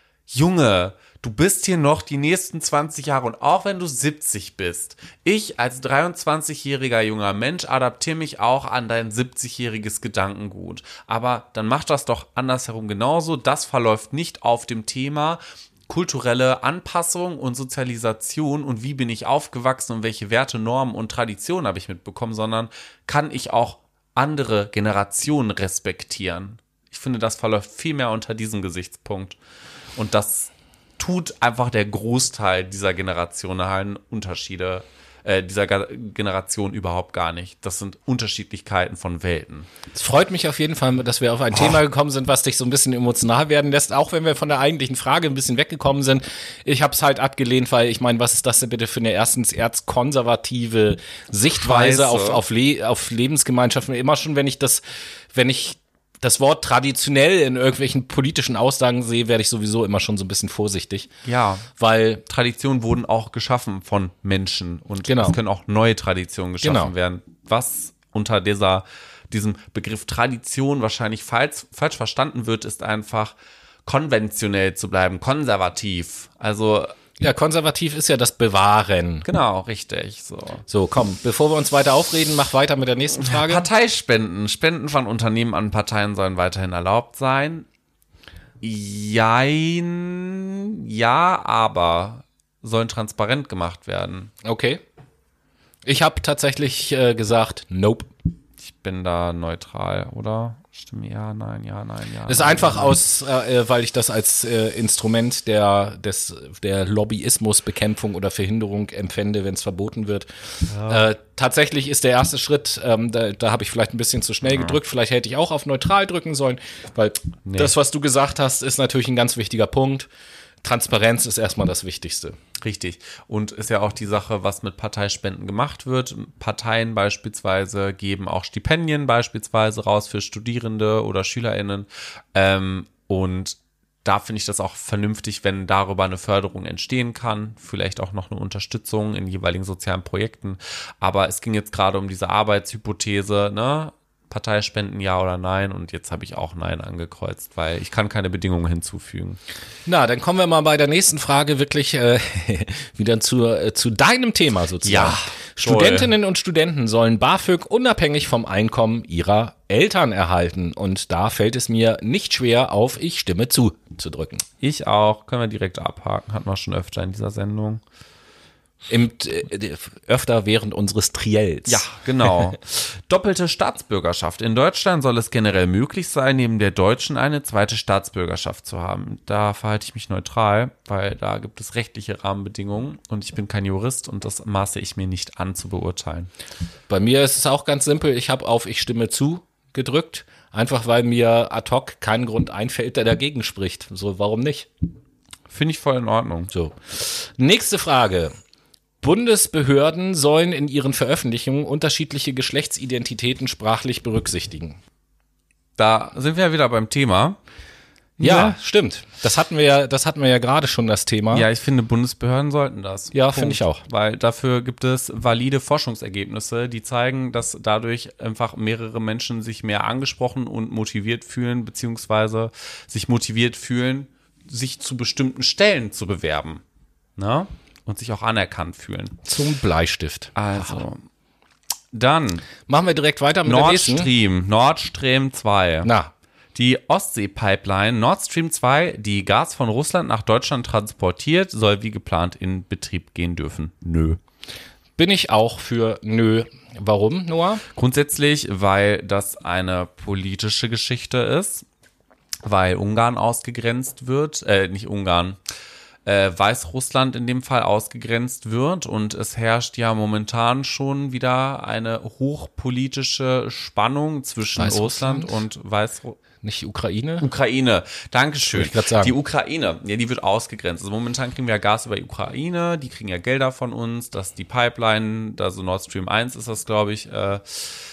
Junge, du bist hier noch die nächsten zwanzig Jahre und auch wenn du siebzig bist, ich als dreiundzwanzigjähriger junger Mensch adaptiere mich auch an dein siebzigjähriges Gedankengut. Aber dann mach das doch andersherum genauso. Das verläuft nicht auf dem Thema kulturelle Anpassung und Sozialisation und wie bin ich aufgewachsen und welche Werte, Normen und Traditionen habe ich mitbekommen, sondern kann ich auch andere Generationen respektieren. Ich finde, das verläuft viel mehr unter diesem Gesichtspunkt. Und das tut einfach der Großteil dieser generationalen Unterschiede, äh, dieser Ga- Generation überhaupt gar nicht. Das sind Unterschiedlichkeiten von Welten. Es freut mich auf jeden Fall, dass wir auf ein Thema gekommen sind, was dich so ein bisschen emotional werden lässt, auch wenn wir von der eigentlichen Frage ein bisschen weggekommen sind. Ich habe es halt abgelehnt, weil ich meine, was ist das denn bitte für eine erstens erzkonservative Sichtweise Scheiße. auf, auf, Le auf Lebensgemeinschaften? Immer schon, wenn ich das, wenn ich das Wort traditionell in irgendwelchen politischen Aussagen sehe, werde ich sowieso immer schon so ein bisschen vorsichtig. Ja. Weil Traditionen wurden auch geschaffen von Menschen und Genau. es können auch neue Traditionen geschaffen Genau. werden. Was unter dieser, diesem Begriff Tradition wahrscheinlich falsch, falsch verstanden wird, ist einfach konventionell zu bleiben, konservativ. Also Ja, konservativ ist ja das Bewahren. Genau, richtig. So. So, komm, bevor wir uns weiter aufreden, mach weiter mit der nächsten Frage. Parteispenden. Spenden von Unternehmen an Parteien sollen weiterhin erlaubt sein. Jein, ja, aber sollen transparent gemacht werden. Okay. Ich habe tatsächlich äh, gesagt, nope. Ich bin da neutral, oder? Stimme ja, nein, ja, nein, ja. Das ist nein, einfach nein. aus, äh, weil ich das als äh, Instrument der, des, der Lobbyismusbekämpfung oder Verhinderung empfände, wenn es verboten wird. Ja. Äh, tatsächlich ist der erste Schritt, ähm, da, da habe ich vielleicht ein bisschen zu schnell ja. gedrückt, vielleicht hätte ich auch auf neutral drücken sollen, weil nee. das, was du gesagt hast, ist natürlich ein ganz wichtiger Punkt. Transparenz ist erstmal das Wichtigste. Richtig. Und ist ja auch die Sache, was mit Parteispenden gemacht wird. Parteien beispielsweise geben auch Stipendien beispielsweise raus für Studierende oder SchülerInnen. Ähm, und da finde ich das auch vernünftig, wenn darüber eine Förderung entstehen kann. Vielleicht auch noch eine Unterstützung in jeweiligen sozialen Projekten. Aber es ging jetzt gerade um diese Arbeitshypothese, ne? Parteispenden ja oder nein, und jetzt habe ich auch nein angekreuzt, weil ich kann keine Bedingungen hinzufügen. Na, dann kommen wir mal bei der nächsten Frage wirklich äh, wieder zu, äh, zu deinem Thema sozusagen. Ja, Studentinnen und Studenten sollen BAföG unabhängig vom Einkommen ihrer Eltern erhalten, und da fällt es mir nicht schwer, auf Ich stimme zu zu drücken. Ich auch, können wir direkt abhaken, hatten wir schon öfter in dieser Sendung. Im, äh, öfter während unseres Triels. Ja, genau. Doppelte Staatsbürgerschaft. In Deutschland soll es generell möglich sein, neben der deutschen eine zweite Staatsbürgerschaft zu haben. Da verhalte ich mich neutral, weil da gibt es rechtliche Rahmenbedingungen und ich bin kein Jurist und das maße ich mir nicht an zu beurteilen. Bei mir ist es auch ganz simpel. Ich habe auf Ich stimme zu gedrückt, einfach weil mir ad hoc kein Grund einfällt, der dagegen spricht. So, warum nicht? Finde ich voll in Ordnung. So. Nächste Frage. Bundesbehörden sollen in ihren Veröffentlichungen unterschiedliche Geschlechtsidentitäten sprachlich berücksichtigen. Da sind wir ja wieder beim Thema. Ja, ja, stimmt. Das hatten wir ja, das hatten wir ja gerade schon, das Thema. Ja, ich finde, Bundesbehörden sollten das. Ja, finde ich auch. Weil dafür gibt es valide Forschungsergebnisse, die zeigen, dass dadurch einfach mehrere Menschen sich mehr angesprochen und motiviert fühlen, beziehungsweise sich motiviert fühlen, sich zu bestimmten Stellen zu bewerben. Na? Und sich auch anerkannt fühlen. Zum Bleistift. Also, dann machen wir direkt weiter mit Nord der nächsten. Stream, Nord Stream zwei. Na. Die Ostsee-Pipeline Nord Stream zwei, die Gas von Russland nach Deutschland transportiert, soll wie geplant in Betrieb gehen dürfen. Nö. Bin ich auch für nö. Warum, Noah? Grundsätzlich, weil das eine politische Geschichte ist, weil Ungarn ausgegrenzt wird, äh, nicht Ungarn, Äh, Weißrussland in dem Fall ausgegrenzt wird und es herrscht ja momentan schon wieder eine hochpolitische Spannung zwischen Russland und Weißrussland. Nicht Ukraine? Ukraine, Dankeschön. Ich grad sagen. Die Ukraine, ja, die wird ausgegrenzt. Also momentan kriegen wir ja Gas über die Ukraine, die kriegen ja Gelder von uns, dass die Pipeline, also Nord Stream eins ist das, glaube ich, äh,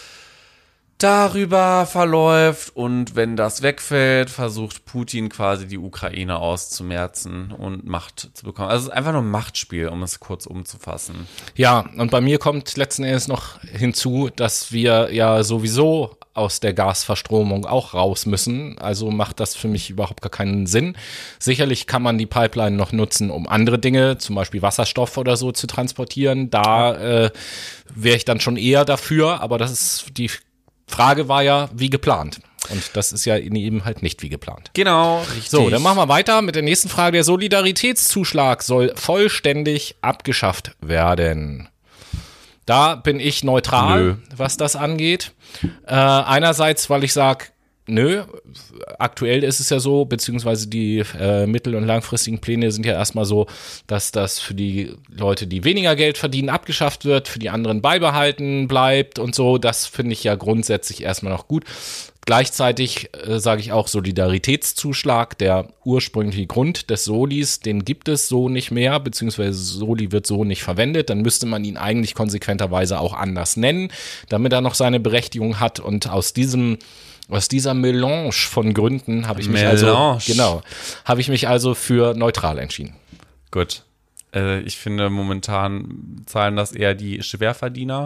darüber verläuft, und wenn das wegfällt, versucht Putin quasi die Ukraine auszumerzen und Macht zu bekommen. Also es ist einfach nur ein Machtspiel, um es kurz umzufassen. Ja, und bei mir kommt letzten Endes noch hinzu, dass wir ja sowieso aus der Gasverstromung auch raus müssen. Also macht das für mich überhaupt gar keinen Sinn. Sicherlich kann man die Pipeline noch nutzen, um andere Dinge, zum Beispiel Wasserstoff oder so, zu transportieren. Da äh, wäre ich dann schon eher dafür, aber das ist die Frage war ja, wie geplant. Und das ist ja eben halt nicht wie geplant. Genau, richtig. So, dann machen wir weiter mit der nächsten Frage. Der Solidaritätszuschlag soll vollständig abgeschafft werden. Da bin ich neutral, nö, was das angeht. Äh, einerseits, weil ich sage, nö, aktuell ist es ja so, beziehungsweise die äh, mittel- und langfristigen Pläne sind ja erstmal so, dass das für die Leute, die weniger Geld verdienen, abgeschafft wird, für die anderen beibehalten bleibt und so. Das finde ich ja grundsätzlich erstmal noch gut. Gleichzeitig äh, sage ich auch Solidaritätszuschlag, der ursprüngliche Grund des Solis, den gibt es so nicht mehr, beziehungsweise Soli wird so nicht verwendet. Dann müsste man ihn eigentlich konsequenterweise auch anders nennen, damit er noch seine Berechtigung hat. Und aus diesem Aus dieser Melange von Gründen habe ich mich Melange. also genau habe ich mich also für neutral entschieden. Gut. Äh, ich finde, momentan zahlen das eher die Schwerverdiener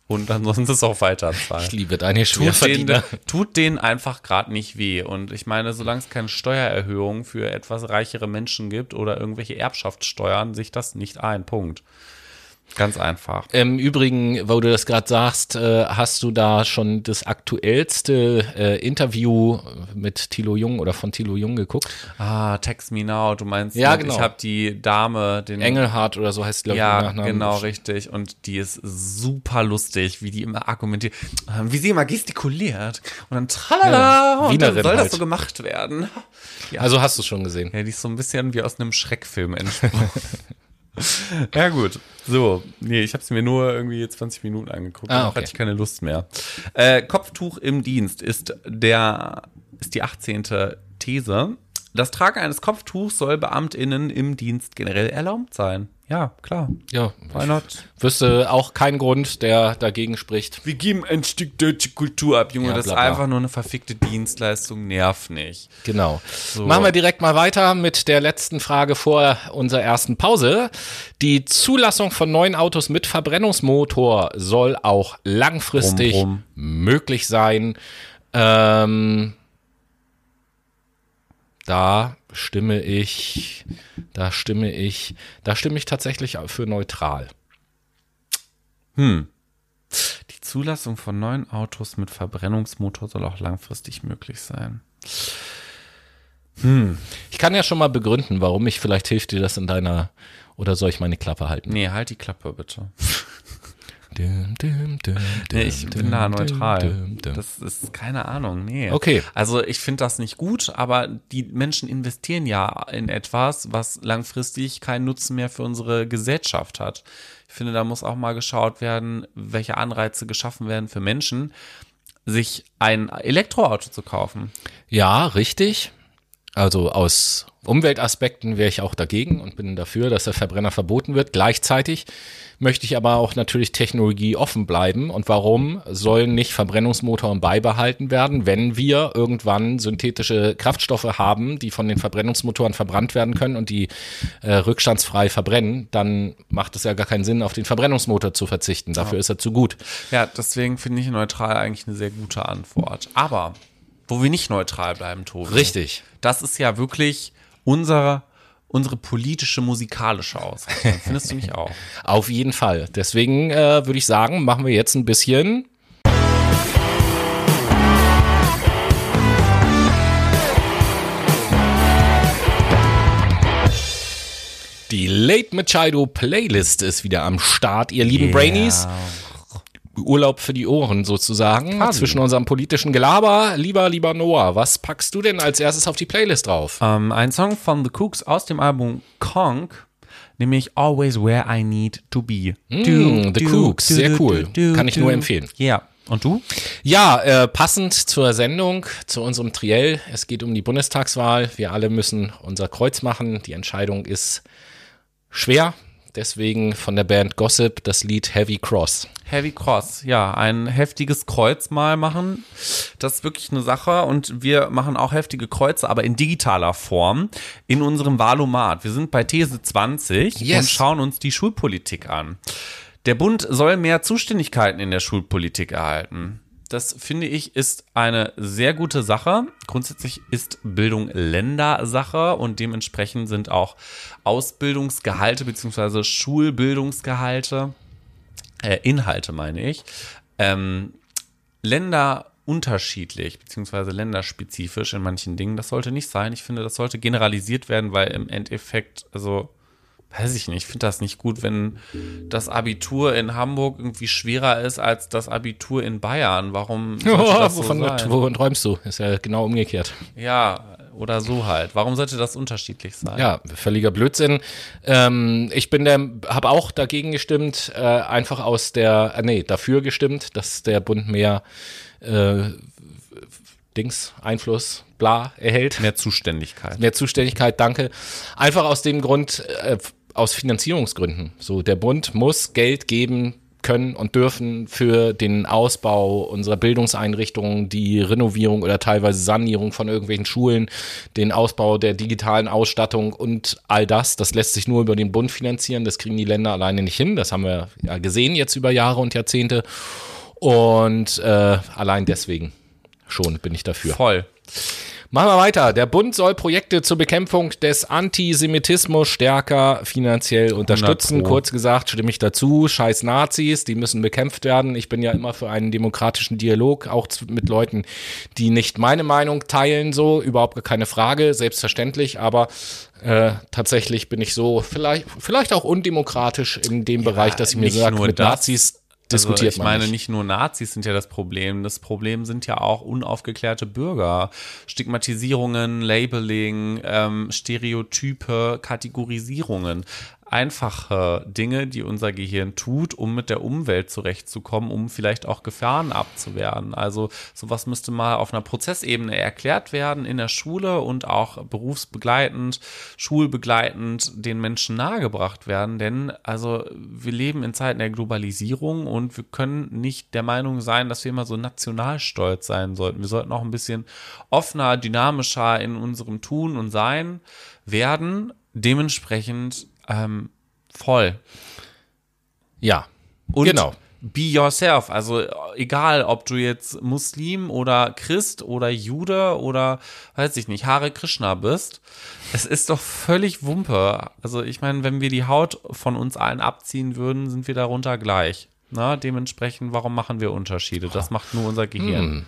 und ansonsten ist auch weiterzahlen. Ich liebe deine Tut denen, Schwerverdiener. tut denen einfach gerade nicht weh. Und ich meine, solange es keine Steuererhöhung für etwas reichere Menschen gibt oder irgendwelche Erbschaftssteuern, sich das nicht ein. Punkt. Ganz einfach. Im Übrigen, wo du das gerade sagst, äh, hast du da schon das aktuellste äh, Interview mit Thilo Jung oder von Thilo Jung geguckt? Ah, Text Me Now, du meinst, Ja, mit, genau. ich habe die Dame, den Engelhardt oder so heißt, glaube ich, ja, der Nachname. genau, richtig. Und die ist super lustig, wie die immer argumentiert, wie sie immer gestikuliert. Und dann tralala, Ja, und dann Wienerin soll das halt. so gemacht werden. Ja. Also hast du es schon gesehen. Ja, die ist so ein bisschen wie aus einem Schreckfilm entsprungen. Ja, gut. So, nee, ich habe es mir nur irgendwie zwanzig Minuten angeguckt. Ah, Danach okay. hatte ich keine Lust mehr. Äh, Kopftuch im Dienst ist der, ist die achtzehnte These. Das Tragen eines Kopftuchs soll BeamtInnen im Dienst generell erlaubt sein. Ja, klar. Ja, Why not? wüsste auch keinen Grund, der dagegen spricht. Wir geben ein Stück deutsche Kultur ab, Junge. Ja, das bla, ist bla. einfach nur eine verfickte Dienstleistung. Nerv nicht. Genau. So. Machen wir direkt mal weiter mit der letzten Frage vor unserer ersten Pause. Die Zulassung von neuen Autos mit Verbrennungsmotor soll auch langfristig Brumm, möglich sein. Ähm, da stimme ich, da stimme ich, da stimme ich tatsächlich für neutral. Die Zulassung von neuen Autos mit Verbrennungsmotor soll auch langfristig möglich sein. Ich kann ja schon mal begründen, warum ich, vielleicht hilft dir das in deiner, oder soll ich meine Klappe halten? Nee, halt die Klappe bitte. Dum, dum, dum, Nee, ich dum, bin da dum, neutral. dum, dum. Das ist keine Ahnung, nee. Okay. Also ich finde das nicht gut, aber die Menschen investieren ja in etwas, was langfristig keinen Nutzen mehr für unsere Gesellschaft hat. Ich finde, da muss auch mal geschaut werden, welche Anreize geschaffen werden für Menschen, sich ein Elektroauto zu kaufen. Ja, richtig. Also aus Umweltaspekten wäre ich auch dagegen und bin dafür, dass der Verbrenner verboten wird. Gleichzeitig möchte ich aber auch natürlich Technologie offen bleiben. Und warum sollen nicht Verbrennungsmotoren beibehalten werden, wenn wir irgendwann synthetische Kraftstoffe haben, die von den Verbrennungsmotoren verbrannt werden können und die äh, rückstandsfrei verbrennen, dann macht es ja gar keinen Sinn, auf den Verbrennungsmotor zu verzichten. Dafür Ja. ist er zu gut. Ja, deswegen finde ich neutral eigentlich eine sehr gute Antwort. Aber wo wir nicht neutral bleiben, Tobi. Richtig. Das ist ja wirklich unsere, unsere politische, musikalische Ausrichtung. Findest du nicht auch? Auf jeden Fall. Deswegen äh, würde ich sagen, machen wir jetzt ein bisschen die Late Machado Playlist ist wieder am Start, ihr lieben Brainies. Urlaub für die Ohren sozusagen, Quasi. zwischen unserem politischen Gelaber. Lieber, lieber Noah, was packst du denn als erstes auf die Playlist drauf? Ähm, ein Song von The Kooks aus dem Album Conk, nämlich Always Where I Need to Be. Mm, The Kooks, sehr cool. Kann ich nur empfehlen. Ja. Und du? Ja, äh, passend zur Sendung, zu unserem Triell. Es geht um die Bundestagswahl. Wir alle müssen unser Kreuz machen. Die Entscheidung ist schwer. Deswegen von der Band Gossip das Lied Heavy Cross. Heavy Cross, ja, ein heftiges Kreuz mal machen. Das ist wirklich eine Sache und wir machen auch heftige Kreuze, aber in digitaler Form in unserem Valomat. Wir sind bei These zwanzig Yes. und schauen uns die Schulpolitik an. Der Bund soll mehr Zuständigkeiten in der Schulpolitik erhalten. Das, finde ich, ist eine sehr gute Sache. Grundsätzlich ist Bildung Ländersache und dementsprechend sind auch Ausbildungsgehalte bzw. Schulbildungsgehalte, äh, Inhalte meine ich, ähm, Länder unterschiedlich bzw. länderspezifisch in manchen Dingen. Das sollte nicht sein. Ich finde, das sollte generalisiert werden, weil im Endeffekt, also weiß ich nicht, ich finde das nicht gut, wenn das Abitur in Hamburg irgendwie schwerer ist als das Abitur in Bayern. Warum sollte das so wovon, sein? wovon träumst du? Ist ja genau umgekehrt. Ja, oder so halt. Warum sollte das unterschiedlich sein? Ja, völliger Blödsinn. Ähm, ich bin der, habe auch dagegen gestimmt, äh, einfach aus der, äh, nee, dafür gestimmt, dass der Bund mehr äh, Dings, Einfluss, bla, erhält. Mehr Zuständigkeit. Mehr Zuständigkeit, danke. Einfach aus dem Grund, äh, aus Finanzierungsgründen. So, der Bund muss Geld geben können und dürfen für den Ausbau unserer Bildungseinrichtungen, die Renovierung oder teilweise Sanierung von irgendwelchen Schulen, den Ausbau der digitalen Ausstattung und all das. Das lässt sich nur über den Bund finanzieren. Das kriegen die Länder alleine nicht hin. Das haben wir ja gesehen jetzt über Jahre und Jahrzehnte. Und äh, allein deswegen schon bin ich dafür. Voll. Machen wir weiter. Der Bund soll Projekte zur Bekämpfung des Antisemitismus stärker finanziell unterstützen. Kurz gesagt, stimme ich dazu. Scheiß Nazis, die müssen bekämpft werden. Ich bin ja immer für einen demokratischen Dialog, auch mit Leuten, die nicht meine Meinung teilen, so. Überhaupt keine Frage, selbstverständlich. Aber äh, tatsächlich bin ich so vielleicht, vielleicht auch undemokratisch in dem ja, Bereich, dass ich mir sage, mit das. Nazis diskutiert also ich man meine, nicht. nicht nur Nazis sind ja das Problem. Das Problem sind ja auch unaufgeklärte Bürger. Stigmatisierungen, Labeling, ähm, Stereotype, Kategorisierungen. Einfache Dinge, die unser Gehirn tut, um mit der Umwelt zurechtzukommen, um vielleicht auch Gefahren abzuwehren. Also sowas müsste mal auf einer Prozessebene erklärt werden in der Schule und auch berufsbegleitend, schulbegleitend den Menschen nahegebracht werden. Denn also wir leben in Zeiten der Globalisierung und wir können nicht der Meinung sein, dass wir immer so nationalstolz sein sollten. Wir sollten auch ein bisschen offener, dynamischer in unserem Tun und Sein werden. Dementsprechend Ähm, voll. Ja, und genau. Be yourself, also egal, ob du jetzt Muslim oder Christ oder Jude oder, weiß ich nicht, Hare Krishna bist, es ist doch völlig Wumpe. Also ich meine, wenn wir die Haut von uns allen abziehen würden, sind wir darunter gleich. Na, dementsprechend, warum machen wir Unterschiede? Das macht nur unser Gehirn. Hm.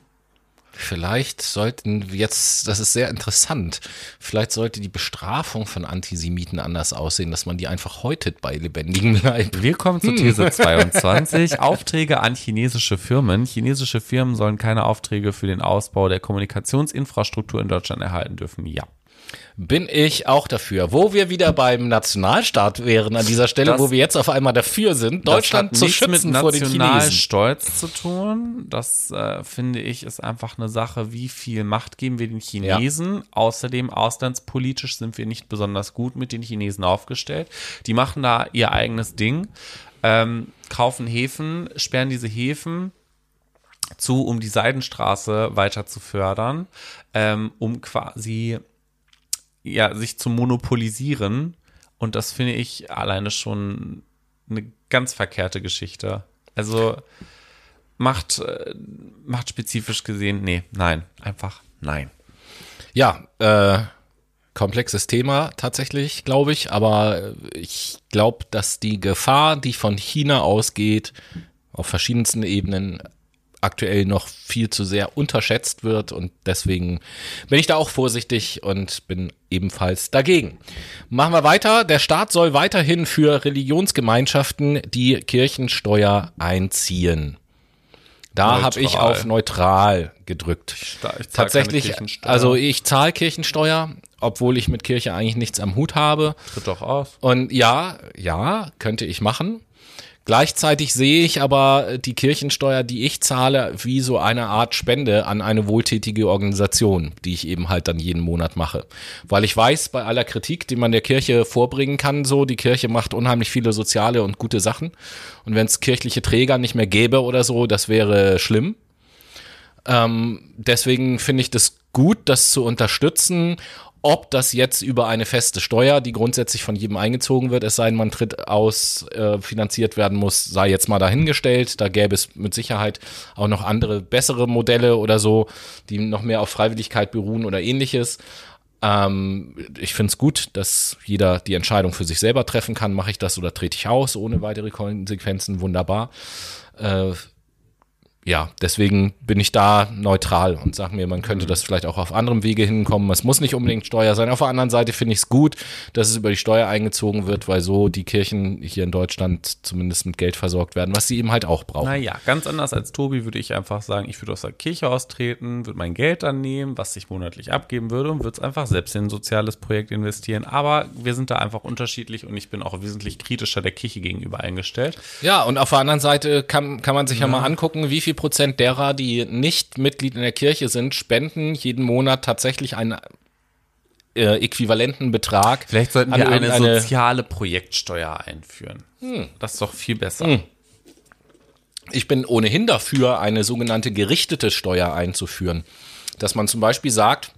Vielleicht sollten wir jetzt, das ist sehr interessant, vielleicht sollte die Bestrafung von Antisemiten anders aussehen, dass man die einfach häutet bei lebendigem Leib. Wir kommen zu These zweiundzwanzig. Aufträge an chinesische Firmen. Chinesische Firmen sollen keine Aufträge für den Ausbau der Kommunikationsinfrastruktur in Deutschland erhalten dürfen. Ja. Bin ich auch dafür. Wo wir wieder beim Nationalstaat wären an dieser Stelle, das, wo wir jetzt auf einmal dafür sind, Deutschland zu schützen vor den Chinesen. Das hat nichts mit Stolz zu tun. Das äh, finde ich ist einfach eine Sache, wie viel Macht geben wir den Chinesen. Ja. Außerdem auslandspolitisch sind wir nicht besonders gut mit den Chinesen aufgestellt. Die machen da ihr eigenes Ding, ähm, kaufen Häfen, sperren diese Häfen zu, um die Seidenstraße weiter zu fördern, ähm, um quasi ja, sich zu monopolisieren, und das finde ich alleine schon eine ganz verkehrte Geschichte. Also macht, macht spezifisch gesehen, nee, nein, einfach nein. Ja, äh, komplexes Thema tatsächlich, glaube ich, aber ich glaube, dass die Gefahr, die von China ausgeht, auf verschiedensten Ebenen aktuell noch viel zu sehr unterschätzt wird, und deswegen bin ich da auch vorsichtig und bin ebenfalls dagegen. Machen wir weiter. Der Staat soll weiterhin für Religionsgemeinschaften die Kirchensteuer einziehen. Da habe ich auf neutral gedrückt. Ich, ich Tatsächlich, also ich zahle Kirchensteuer, obwohl ich mit Kirche eigentlich nichts am Hut habe. Tritt doch aus. Und ja, ja, könnte ich machen. Gleichzeitig sehe ich aber die Kirchensteuer, die ich zahle, wie so eine Art Spende an eine wohltätige Organisation, die ich eben halt dann jeden Monat mache. Weil ich weiß, bei aller Kritik, die man der Kirche vorbringen kann, so, die Kirche macht unheimlich viele soziale und gute Sachen. Und wenn es kirchliche Träger nicht mehr gäbe oder so, das wäre schlimm. Ähm, deswegen finde ich das gut, das zu unterstützen. Ob das jetzt über eine feste Steuer, die grundsätzlich von jedem eingezogen wird, es sei denn, man tritt aus, äh, finanziert werden muss, sei jetzt mal dahingestellt. Da gäbe es mit Sicherheit auch noch andere, bessere Modelle oder so, die noch mehr auf Freiwilligkeit beruhen oder ähnliches. Ähm, ich finde es gut, dass jeder die Entscheidung für sich selber treffen kann. Mache ich das oder trete ich aus ohne weitere Konsequenzen? Wunderbar. Äh, Ja, deswegen bin ich da neutral und sage mir, man könnte das vielleicht auch auf anderem Wege hinkommen. Es muss nicht unbedingt Steuer sein. Auf der anderen Seite finde ich es gut, dass es über die Steuer eingezogen wird, weil so die Kirchen hier in Deutschland zumindest mit Geld versorgt werden, was sie eben halt auch brauchen. Naja, ganz anders als Tobi würde ich einfach sagen, ich würde aus der Kirche austreten, würde mein Geld dann nehmen, was ich monatlich abgeben würde, und würde es einfach selbst in ein soziales Projekt investieren. Aber wir sind da einfach unterschiedlich, und ich bin auch wesentlich kritischer der Kirche gegenüber eingestellt. Ja, und auf der anderen Seite kann, kann man sich ja, ja mal angucken, wie viel Prozent derer, die nicht Mitglied in der Kirche sind, spenden jeden Monat tatsächlich einen äh, äquivalenten Betrag. Vielleicht sollten wir eine soziale Projektsteuer einführen. Hm. Das ist doch viel besser. Hm. Ich bin ohnehin dafür, eine sogenannte gerichtete Steuer einzuführen. Dass man zum Beispiel sagt,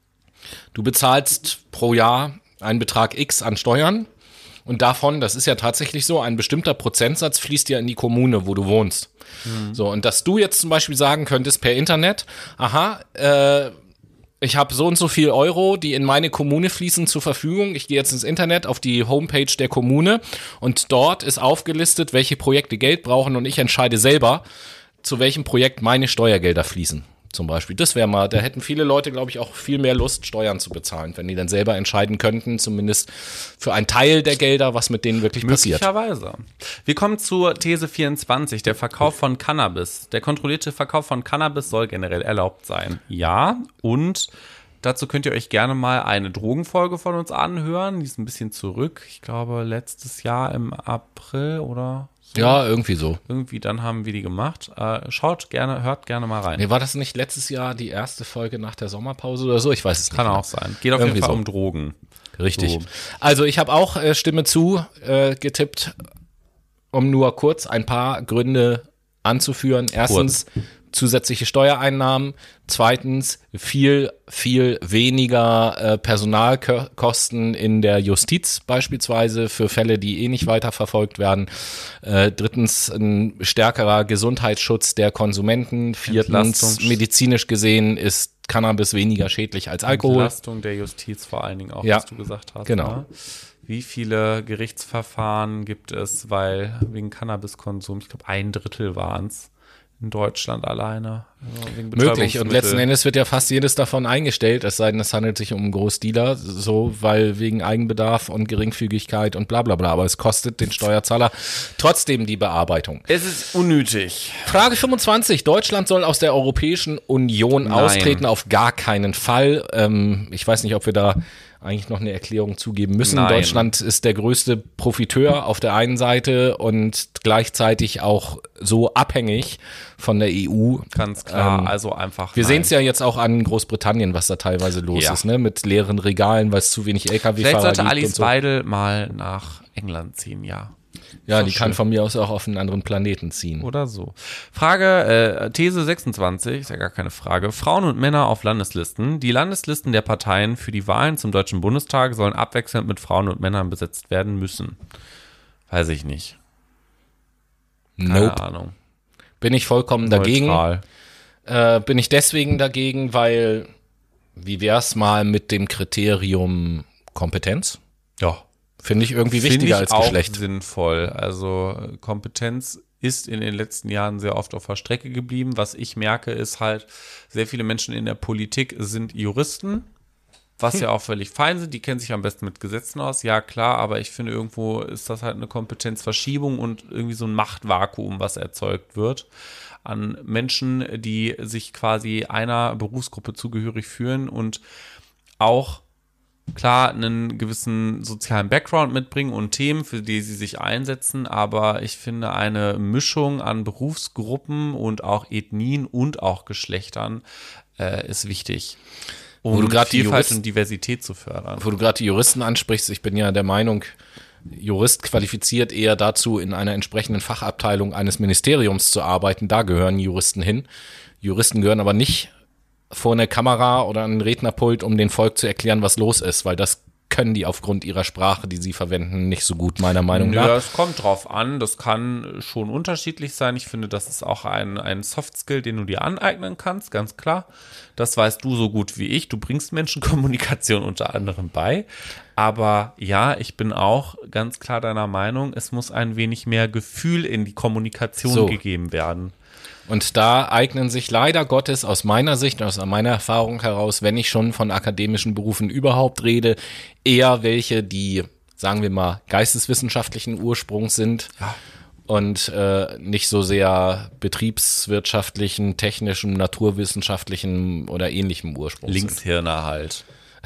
du bezahlst pro Jahr einen Betrag X an Steuern und davon, das ist ja tatsächlich so, ein bestimmter Prozentsatz fließt ja in die Kommune, wo du wohnst. Mhm. So, und dass du jetzt zum Beispiel sagen könntest per Internet, aha, äh, ich habe so und so viel Euro, die in meine Kommune fließen, zur Verfügung. Ich gehe jetzt ins Internet auf die Homepage der Kommune und dort ist aufgelistet, welche Projekte Geld brauchen und ich entscheide selber, zu welchem Projekt meine Steuergelder fließen. Zum Beispiel. Das wäre mal, da hätten viele Leute, glaube ich, auch viel mehr Lust, Steuern zu bezahlen, wenn die dann selber entscheiden könnten, zumindest für einen Teil der Gelder, was mit denen wirklich passiert. Möglicherweise. Wir kommen zur These vierundzwanzig, der Verkauf von Cannabis. Der kontrollierte Verkauf von Cannabis soll generell erlaubt sein. Ja, und dazu könnt ihr euch gerne mal eine Drogenfolge von uns anhören. Die ist ein bisschen zurück. Ich glaube, letztes Jahr im April oder so. Ja, irgendwie so. Irgendwie, dann haben wir die gemacht. Äh, schaut gerne, hört gerne mal rein. Nee, war das nicht letztes Jahr die erste Folge nach der Sommerpause oder so? Ich weiß es nicht. Kann auch sein. Geht auf irgendwie jeden Fall so. um Drogen. Richtig. So. Also ich habe auch äh, Stimme zu äh, getippt, um nur kurz ein paar Gründe anzuführen. Erstens, kurz. Zusätzliche Steuereinnahmen. Zweitens, viel, viel weniger äh, Personalkosten in der Justiz beispielsweise für Fälle, die eh nicht weiterverfolgt werden. Äh, drittens, ein stärkerer Gesundheitsschutz der Konsumenten. Viertens, medizinisch gesehen ist Cannabis weniger schädlich als Alkohol. Entlastung der Justiz vor allen Dingen auch, ja, was du gesagt hast. Genau. Ne? Wie viele Gerichtsverfahren gibt es, weil wegen Cannabiskonsum, ich glaube ein Drittel waren es. In Deutschland alleine. Also möglich. Und letzten Endes wird ja fast jedes davon eingestellt, es sei denn, es handelt sich um einen Großdealer, so, weil wegen Eigenbedarf und Geringfügigkeit und bla bla bla. Aber es kostet den Steuerzahler trotzdem die Bearbeitung. Es ist unnötig. Frage fünfundzwanzig. Deutschland soll aus der Europäischen Union Nein. austreten, auf gar keinen Fall. Ähm, ich weiß nicht, ob wir da eigentlich noch eine Erklärung zugeben müssen. Nein. Deutschland ist der größte Profiteur auf der einen Seite und gleichzeitig auch so abhängig von der E U. Ganz klar, ähm, also einfach. Wir sehen es ja jetzt auch an Großbritannien, was da teilweise los ja. ist, ne? Mit leeren Regalen, weil es zu wenig L K W-Fahrer gibt. Vielleicht sollte und Alice so. Weidel mal nach England ziehen, ja. Ja, die schön. Kann von mir aus auch auf einen anderen Planeten ziehen. Oder so. Frage, äh, These sechsundzwanzig, ist ja gar keine Frage. Frauen und Männer auf Landeslisten. Die Landeslisten der Parteien für die Wahlen zum Deutschen Bundestag sollen abwechselnd mit Frauen und Männern besetzt werden müssen. Weiß ich nicht. Keine Nope. Ahnung. Bin ich vollkommen Neutral. dagegen. Äh, bin ich deswegen dagegen, weil, wie wär's mal mit dem Kriterium Kompetenz? Ja. Finde ich irgendwie wichtiger Finde ich als auch Geschlecht. Sinnvoll. Also Kompetenz ist in den letzten Jahren sehr oft auf der Strecke geblieben. Was ich merke, ist halt, sehr viele Menschen in der Politik sind Juristen, was hm. ja auch völlig fein sind. Die kennen sich am besten mit Gesetzen aus. Ja, klar, aber ich finde, irgendwo ist das halt eine Kompetenzverschiebung und irgendwie so ein Machtvakuum, was erzeugt wird an Menschen, die sich quasi einer Berufsgruppe zugehörig fühlen und auch klar einen gewissen sozialen Background mitbringen und Themen, für die sie sich einsetzen, aber ich finde, eine Mischung an Berufsgruppen und auch Ethnien und auch Geschlechtern äh, ist wichtig, um wo du Vielfalt Juristen, und Diversität zu fördern. Wo du gerade die Juristen ansprichst, ich bin ja der Meinung, Jurist qualifiziert eher dazu, in einer entsprechenden Fachabteilung eines Ministeriums zu arbeiten. Da gehören Juristen hin. Juristen gehören aber nicht vor eine Kamera oder ein Rednerpult, um den Volk zu erklären, was los ist, weil das können die aufgrund ihrer Sprache, die sie verwenden, nicht so gut, meiner Meinung nach. Ja, es kommt drauf an, das kann schon unterschiedlich sein. Ich finde, das ist auch ein, ein Soft-Skill, den du dir aneignen kannst, ganz klar. Das weißt du so gut wie ich. Du bringst Menschenkommunikation unter anderem bei. Aber ja, ich bin auch ganz klar deiner Meinung, es muss ein wenig mehr Gefühl in die Kommunikation so. gegeben werden. Und da eignen sich leider Gottes aus meiner Sicht, aus meiner Erfahrung heraus, wenn ich schon von akademischen Berufen überhaupt rede, eher welche, die, sagen wir mal, geisteswissenschaftlichen Ursprungs sind ja. und äh, nicht so sehr betriebswirtschaftlichen, technischen, naturwissenschaftlichen oder ähnlichem Ursprung sind. Linkshirner halt.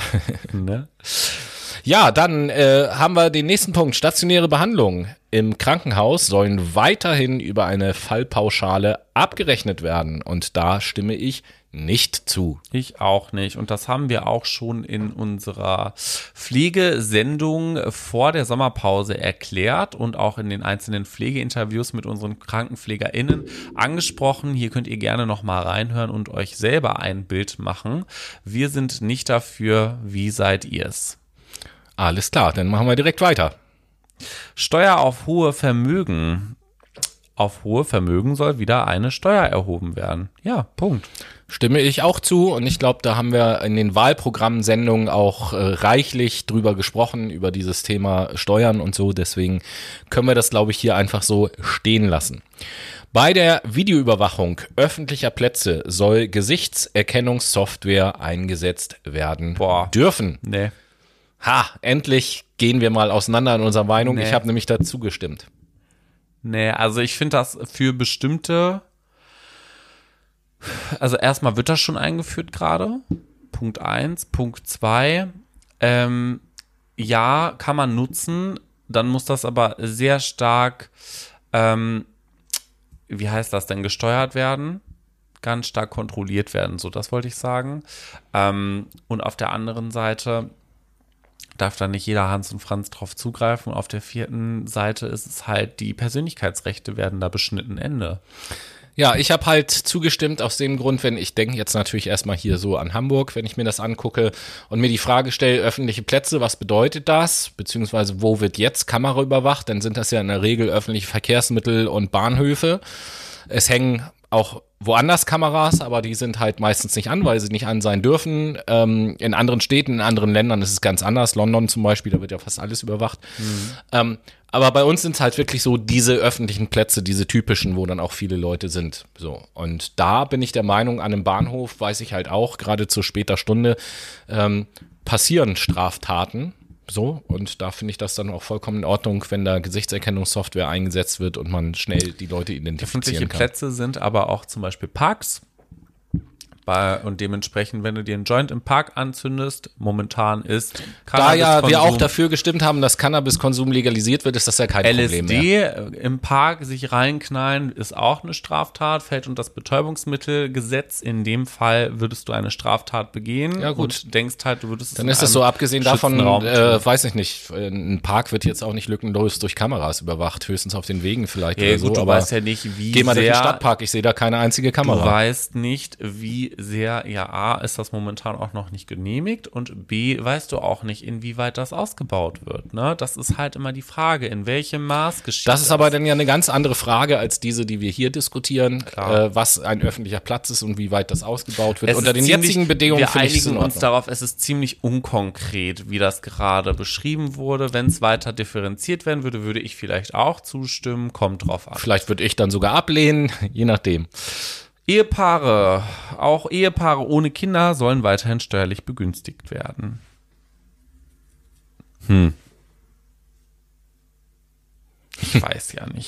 Ne? Ja, dann äh, haben wir den nächsten Punkt. Stationäre Behandlung im Krankenhaus sollen weiterhin über eine Fallpauschale abgerechnet werden. Und da stimme ich nicht zu. Ich auch nicht. Und das haben wir auch schon in unserer Pflegesendung vor der Sommerpause erklärt und auch in den einzelnen Pflegeinterviews mit unseren KrankenpflegerInnen angesprochen. Hier könnt ihr gerne nochmal reinhören und euch selber ein Bild machen. Wir sind nicht dafür. Wie seid ihr es? Alles klar, dann machen wir direkt weiter. Steuer auf hohe Vermögen. Auf hohe Vermögen soll wieder eine Steuer erhoben werden. Ja, Punkt. Stimme ich auch zu und ich glaube, da haben wir in den Wahlprogrammsendungen auch äh, reichlich drüber gesprochen, über dieses Thema Steuern und so. Deswegen können wir das, glaube ich, hier einfach so stehen lassen. Bei der Videoüberwachung öffentlicher Plätze soll Gesichtserkennungssoftware eingesetzt werden Boah. dürfen. Nee. Ha, endlich gehen wir mal auseinander in unserer Meinung. Nee. Ich habe nämlich dazu gestimmt. Nee, also ich finde das für bestimmte, also erstmal wird das schon eingeführt gerade, Punkt eins, Punkt zwei, ähm, ja, kann man nutzen, dann muss das aber sehr stark, ähm, wie heißt das denn, gesteuert werden, ganz stark kontrolliert werden, so das wollte ich sagen, ähm, und auf der anderen Seite darf da nicht jeder Hans und Franz drauf zugreifen. Und auf der vierten Seite ist es halt, die Persönlichkeitsrechte werden da beschnitten, Ende. Ja, ich habe halt zugestimmt aus dem Grund, wenn ich denke jetzt natürlich erstmal hier so an Hamburg, wenn ich mir das angucke und mir die Frage stelle, öffentliche Plätze, was bedeutet das? Beziehungsweise wo wird jetzt Kamera überwacht? Dann sind das ja in der Regel öffentliche Verkehrsmittel und Bahnhöfe. Es hängen auch woanders Kameras, aber die sind halt meistens nicht an, weil sie nicht an sein dürfen. Ähm, in anderen Städten, in anderen Ländern ist es ganz anders. London zum Beispiel, da wird ja fast alles überwacht. Mhm. Ähm, aber bei uns sind es halt wirklich so diese öffentlichen Plätze, diese typischen, wo dann auch viele Leute sind. So. Und da bin ich der Meinung, an einem Bahnhof, weiß ich halt auch, gerade zu später Stunde, ähm, passieren Straftaten. So, und da finde ich das dann auch vollkommen in Ordnung, wenn da Gesichtserkennungssoftware eingesetzt wird und man schnell die Leute identifizieren Öffentliche kann. Plätze sind aber auch zum Beispiel Parks. Bei, und dementsprechend, wenn du dir einen Joint im Park anzündest, momentan ist Da ja wir auch dafür gestimmt haben, dass Cannabiskonsum legalisiert wird, ist das ja kein L S Problem mehr. L S D im Park sich reinknallen ist auch eine Straftat, fällt unter das Betäubungsmittelgesetz. In dem Fall würdest du eine Straftat begehen Ja, gut. und denkst halt, du würdest es Dann in ist es einem so, abgesehen davon, Schützenraum äh, weiß ich nicht, ein Park wird jetzt auch nicht lückenlos durch Kameras überwacht, höchstens auf den Wegen vielleicht Ja, oder gut, so. du Aber weißt ja nicht, wie geh mal durch sehr den Stadtpark, ich sehe da keine einzige Kamera. Du weißt nicht, wie sehr, ja, A, ist das momentan auch noch nicht genehmigt und B, weißt du auch nicht, inwieweit das ausgebaut wird. Ne? Das ist halt immer die Frage, in welchem Maß geschieht Das ist aber dann ja eine ganz andere Frage als diese, die wir hier diskutieren, Klar. äh, was ein öffentlicher Platz ist und wie weit das ausgebaut wird. Es Unter ist den ziemlich- jetzigen Bedingungen Wir finde ich es in einigen uns Ordnung. darauf, es ist ziemlich unkonkret, wie das gerade beschrieben wurde. Wenn es weiter differenziert werden würde, würde ich vielleicht auch zustimmen. Kommt drauf an. Vielleicht würde ich dann sogar ablehnen, je nachdem. Ehepaare, auch Ehepaare ohne Kinder sollen weiterhin steuerlich begünstigt werden. Hm. Ich weiß ja nicht.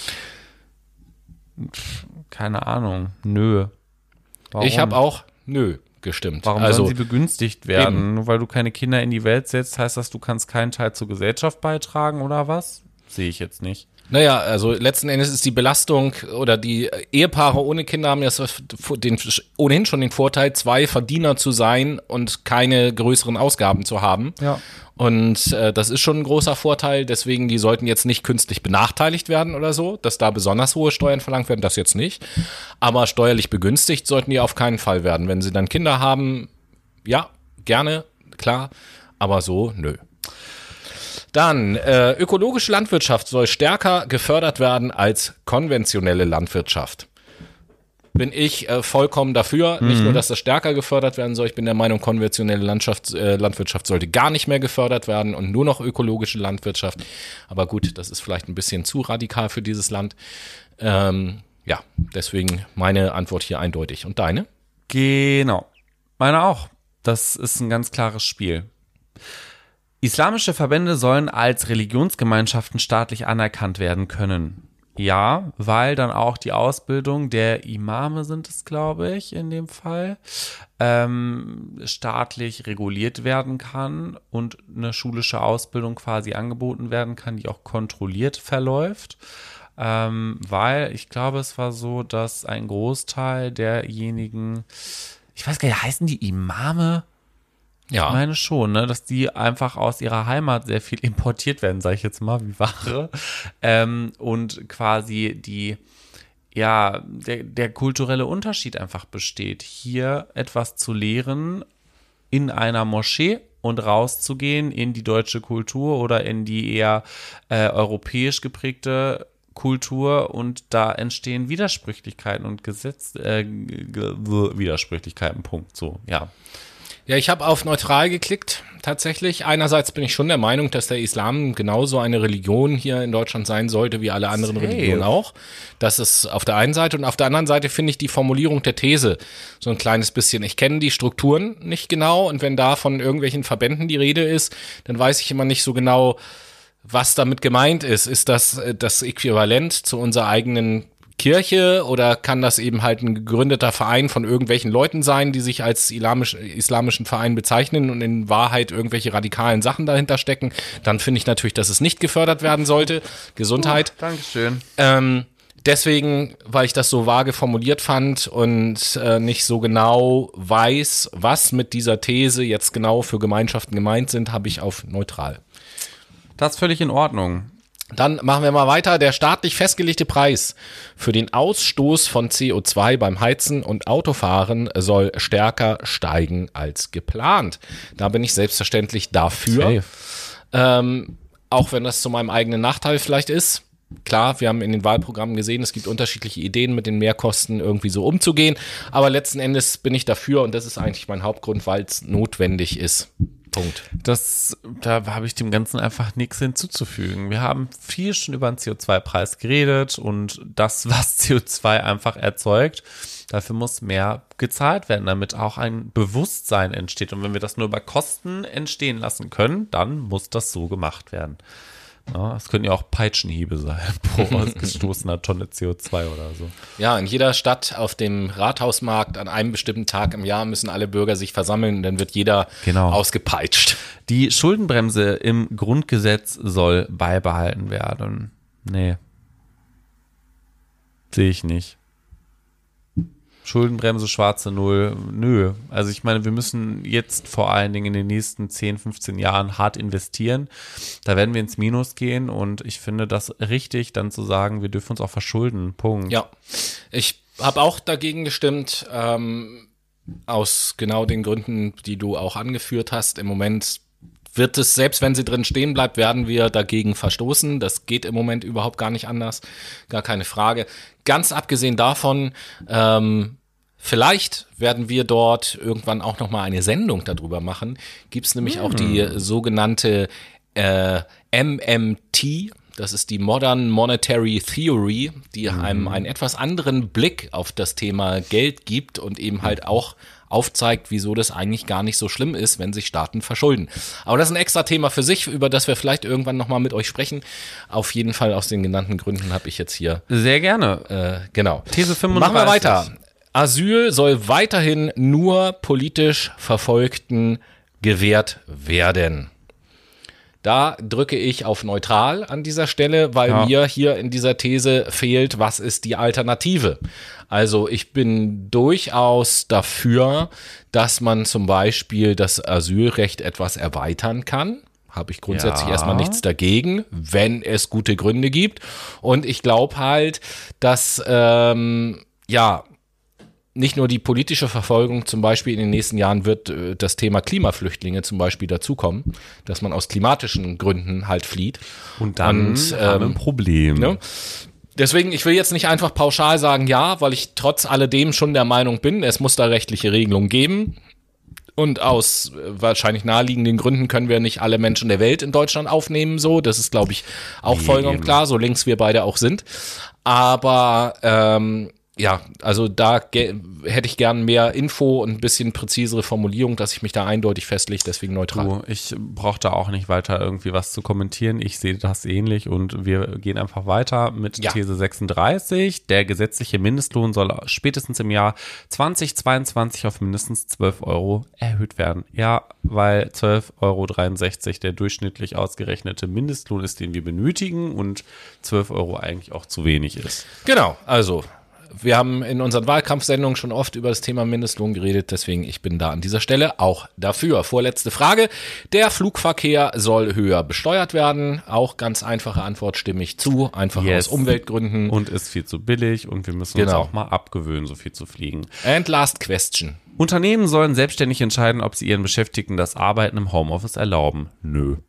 Keine Ahnung. Nö. Warum? Ich habe auch nö gestimmt. Warum also, sollen sie begünstigt werden? Nur weil du keine Kinder in die Welt setzt, heißt das, du kannst keinen Teil zur Gesellschaft beitragen oder was? Sehe ich jetzt nicht. Naja, also letzten Endes ist die Belastung oder die Ehepaare ohne Kinder haben ja den, ohnehin schon den Vorteil, zwei Verdiener zu sein und keine größeren Ausgaben zu haben. Ja. Und äh, das ist schon ein großer Vorteil, deswegen die sollten jetzt nicht künstlich benachteiligt werden oder so, dass da besonders hohe Steuern verlangt werden, das jetzt nicht. Aber steuerlich begünstigt sollten die auf keinen Fall werden. Wenn sie dann Kinder haben, ja, gerne, klar, aber so, nö. Dann, äh, ökologische Landwirtschaft soll stärker gefördert werden als konventionelle Landwirtschaft. Bin ich äh, vollkommen dafür. Mhm. Nicht nur, dass das stärker gefördert werden soll, ich bin der Meinung, konventionelle Landschaft, äh, Landwirtschaft sollte gar nicht mehr gefördert werden und nur noch ökologische Landwirtschaft. Aber gut, das ist vielleicht ein bisschen zu radikal für dieses Land. Ähm, ja, deswegen meine Antwort hier eindeutig. Und deine? Genau. Meine auch. Das ist ein ganz klares Spiel. Islamische Verbände sollen als Religionsgemeinschaften staatlich anerkannt werden können. Ja, weil dann auch die Ausbildung der Imame sind es, glaube ich, in dem Fall, ähm, staatlich reguliert werden kann und eine schulische Ausbildung quasi angeboten werden kann, die auch kontrolliert verläuft. Ähm, weil ich glaube, es war so, dass ein Großteil derjenigen, ich weiß gar nicht, heißen die Imame? Ja. Ich meine schon, ne, dass die einfach aus ihrer Heimat sehr viel importiert werden, sage ich jetzt mal, wie Ware. Ähm, und quasi die, ja, der, der kulturelle Unterschied einfach besteht, hier etwas zu lehren in einer Moschee und rauszugehen in die deutsche Kultur oder in die eher äh, europäisch geprägte Kultur, und da entstehen Widersprüchlichkeiten und Gesetz, äh, Widersprüchlichkeiten, Punkt, so, ja. Ja, ich habe auf neutral geklickt, tatsächlich. Einerseits bin ich schon der Meinung, dass der Islam genauso eine Religion hier in Deutschland sein sollte, wie alle anderen Safe. Religionen auch. Das ist auf der einen Seite. Und auf der anderen Seite finde ich die Formulierung der These so ein kleines bisschen. Ich kenne die Strukturen nicht genau, und wenn da von irgendwelchen Verbänden die Rede ist, dann weiß ich immer nicht so genau, was damit gemeint ist. Ist das das Äquivalent zu unserer eigenen Kirche, oder kann das eben halt ein gegründeter Verein von irgendwelchen Leuten sein, die sich als islamisch, islamischen Verein bezeichnen und in Wahrheit irgendwelche radikalen Sachen dahinter stecken? Dann finde ich natürlich, dass es nicht gefördert werden sollte. Gesundheit. Uh, Dankeschön. Ähm, deswegen, weil ich das so vage formuliert fand und äh, nicht so genau weiß, was mit dieser These jetzt genau für Gemeinschaften gemeint sind, habe ich auf neutral. Das ist völlig in Ordnung. Dann machen wir mal weiter. Der staatlich festgelegte Preis für den Ausstoß von C O zwei beim Heizen und Autofahren soll stärker steigen als geplant. Da bin ich selbstverständlich dafür. Ähm, auch wenn das zu meinem eigenen Nachteil vielleicht ist. Klar, wir haben in den Wahlprogrammen gesehen, es gibt unterschiedliche Ideen, mit den Mehrkosten irgendwie so umzugehen. Aber letzten Endes bin ich dafür, und das ist eigentlich mein Hauptgrund, weil es notwendig ist. Punkt. Das, da habe ich dem Ganzen einfach nichts hinzuzufügen. Wir haben viel schon über den C O zwei Preis geredet, und das, was C O zwei einfach erzeugt, dafür muss mehr gezahlt werden, damit auch ein Bewusstsein entsteht. Und wenn wir das nur über Kosten entstehen lassen können, dann muss das so gemacht werden. Ja, es können ja auch Peitschenhiebe sein pro ausgestoßener Tonne C O zwei oder so. Ja, in jeder Stadt auf dem Rathausmarkt an einem bestimmten Tag im Jahr müssen alle Bürger sich versammeln, und dann wird jeder genau. ausgepeitscht. Die Schuldenbremse im Grundgesetz soll beibehalten werden. Nee. Sehe ich nicht. Schuldenbremse, schwarze Null, nö. Also ich meine, wir müssen jetzt vor allen Dingen in den nächsten zehn, fünfzehn Jahren hart investieren. Da werden wir ins Minus gehen, und ich finde das richtig, dann zu sagen, wir dürfen uns auch verschulden. Punkt. Ja, ich habe auch dagegen gestimmt, ähm, aus genau den Gründen, die du auch angeführt hast. Im Moment wird es, selbst wenn sie drin stehen bleibt, werden wir dagegen verstoßen. Das geht im Moment überhaupt gar nicht anders. Gar keine Frage. Ganz abgesehen davon, ähm, vielleicht werden wir dort irgendwann auch noch mal eine Sendung darüber machen. Gibt es nämlich mm. auch die sogenannte äh, M M T. Das ist die Modern Monetary Theory, die mm. einem einen etwas anderen Blick auf das Thema Geld gibt und eben halt auch aufzeigt, wieso das eigentlich gar nicht so schlimm ist, wenn sich Staaten verschulden. Aber das ist ein extra Thema für sich, über das wir vielleicht irgendwann nochmal mit euch sprechen. Auf jeden Fall aus den genannten Gründen habe ich jetzt hier... Sehr gerne. Äh, genau. These fünfunddreißig. Machen wir weiter. Asyl soll weiterhin nur politisch Verfolgten gewährt werden. Da drücke ich auf neutral an dieser Stelle, weil ja. mir hier in dieser These fehlt, was ist die Alternative? Also ich bin durchaus dafür, dass man zum Beispiel das Asylrecht etwas erweitern kann. Habe ich grundsätzlich ja. erstmal nichts dagegen, wenn es gute Gründe gibt. Und ich glaube halt, dass ähm, ja nicht nur die politische Verfolgung, zum Beispiel in den nächsten Jahren wird äh, das Thema Klimaflüchtlinge zum Beispiel dazukommen, dass man aus klimatischen Gründen halt flieht. Und dann Und, ähm, haben wir ein Problem. Ne? Deswegen, ich will jetzt nicht einfach pauschal sagen, ja, weil ich trotz alledem schon der Meinung bin, es muss da rechtliche Regelungen geben. Und aus äh, wahrscheinlich naheliegenden Gründen können wir nicht alle Menschen der Welt in Deutschland aufnehmen, so. Das ist, glaube ich, auch nee, vollkommen eben. klar, so links wir beide auch sind. Aber ähm, ja, also da ge- hätte ich gern mehr Info und ein bisschen präzisere Formulierung, dass ich mich da eindeutig festlege, deswegen neutral. Du, ich brauche da auch nicht weiter irgendwie was zu kommentieren. Ich sehe das ähnlich, und wir gehen einfach weiter mit Ja. These sechsunddreißig. Der gesetzliche Mindestlohn soll spätestens im Jahr zweitausendzweiundzwanzig auf mindestens zwölf Euro erhöht werden. Ja, weil zwölf Euro dreiundsechzig der durchschnittlich ausgerechnete Mindestlohn ist, den wir benötigen, und zwölf Euro eigentlich auch zu wenig ist. Genau, also wir haben in unseren Wahlkampfsendungen schon oft über das Thema Mindestlohn geredet, deswegen ich bin da an dieser Stelle auch dafür. Vorletzte Frage. Der Flugverkehr soll höher besteuert werden. Auch ganz einfache Antwort, stimme ich zu. Einfach Yes. aus Umweltgründen. Und ist viel zu billig und wir müssen Genau. uns auch mal abgewöhnen, so viel zu fliegen. And last question. Unternehmen sollen selbstständig entscheiden, ob sie ihren Beschäftigten das Arbeiten im Homeoffice erlauben. Nö.